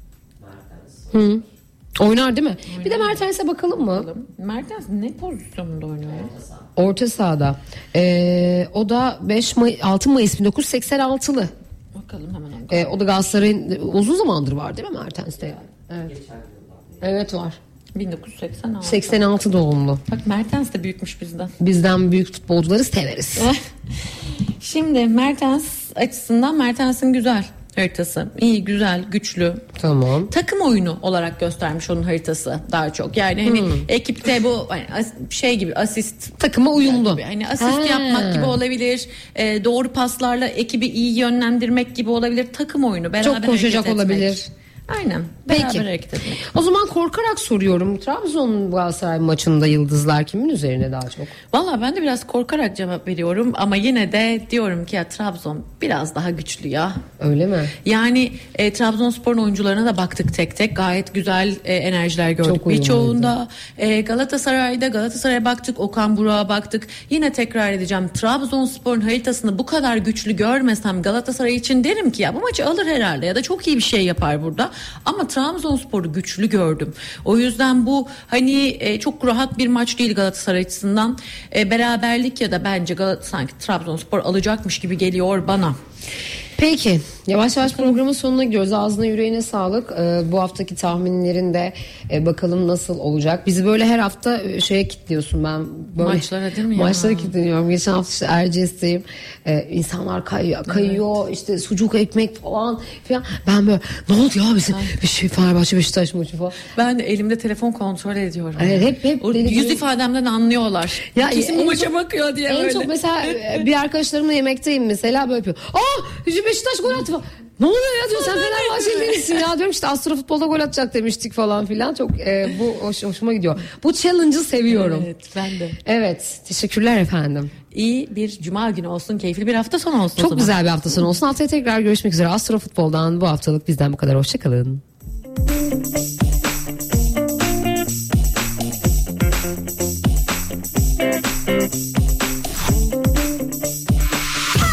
Hı. Oynar değil mi? Bir de Mertens'e bakalım mı? Mertens ne pozisyonunda oynuyor? Orta sahada. O da 6 Mayıs 1986'lı. Bakalım hemen. O da Galatasaray'ın uzun zamandır var değil mi Mertens'te? Evet. Evet var. 1986. 86 doğumlu. Bak Mertens de büyükmüş bizden. Bizden büyük futbolcuları severiz. Şimdi Mertens açısından Mertens'in güzel haritası. İyi, güzel, güçlü. Tamam. Takım oyunu olarak göstermiş onun haritası daha çok. Yani hani ekipte bu hani gibi asist Takıma uyumlu. gibi. Hani asist yapmak gibi olabilir. Doğru paslarla ekibi iyi yönlendirmek gibi olabilir. Takım oyunu, beraber Çok koşacak hareket etmek. olabilir. Aynen. Peki. Beraber hareket etmek. O zaman korkarak soruyorum. Trabzon Galatasaray maçında yıldızlar kimin üzerine daha çok? Valla ben de biraz korkarak cevap veriyorum ama yine de diyorum ki ya Trabzon biraz daha güçlü ya. Öyle mi? Yani Trabzonspor'un oyuncularına da baktık tek tek, gayet güzel enerjiler gördük. Çok uyumluydu. Birçoğunda Galatasaray'a baktık, Okan Buruk'a baktık. Yine tekrar edeceğim, Trabzonspor'un haritasını bu kadar güçlü görmesem Galatasaray için derim ki ya bu maçı alır herhalde ya da çok iyi bir şey yapar burada. Ama Trabzonspor'u güçlü gördüm. O yüzden bu hani çok rahat bir maç değil Galatasaray açısından. Beraberlik ya da bence sanki Trabzonspor alacakmış gibi geliyor bana. Peki, yavaş yavaş programın sonuna gidiyoruz. Ağzına yüreğine sağlık. Bu haftaki tahminlerin de bakalım nasıl olacak. Bizi böyle her hafta şeye kilitliyorsun. Ben böyle Maçlara değil mi ya? Maçlara kilitleniyorum. Geçen hafta işte Erciyes'teyim. İnsanlar kayıyor. Evet. İşte sucuk ekmek falan filan. Ben böyle ne oldu ya bizim bir şey, Fenerbahçe Beşiktaş maçı falan. Ben de elimde telefon kontrol ediyorum. Evet, hep o yüz ifademden anlıyorlar. Ya kesin bu maça bakıyor diye en böyle. En çok mesela bir arkadaşlarımla yemekteyim mesela, böyle yapıyor. Beşiktaş gol attı falan. Ne oluyor ya diyor, sen Fenerbahçeli misin ya diyorum, işte Astro Futbol'da gol atacak demiştik falan filan. Çok bu hoşuma gidiyor. Bu challenge'ı seviyorum. Evet, ben de. Evet, teşekkürler efendim. İyi bir cuma günü olsun, keyifli bir hafta sonu olsun. Çok güzel bir hafta sonu olsun. Haftaya tekrar görüşmek üzere. Astro Futbol'dan bu haftalık bizden bu kadar. Hoşçakalın.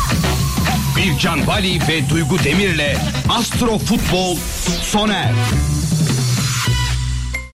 Bircan Bali ve Duygu Demir'le Astro Futbol sona erdi.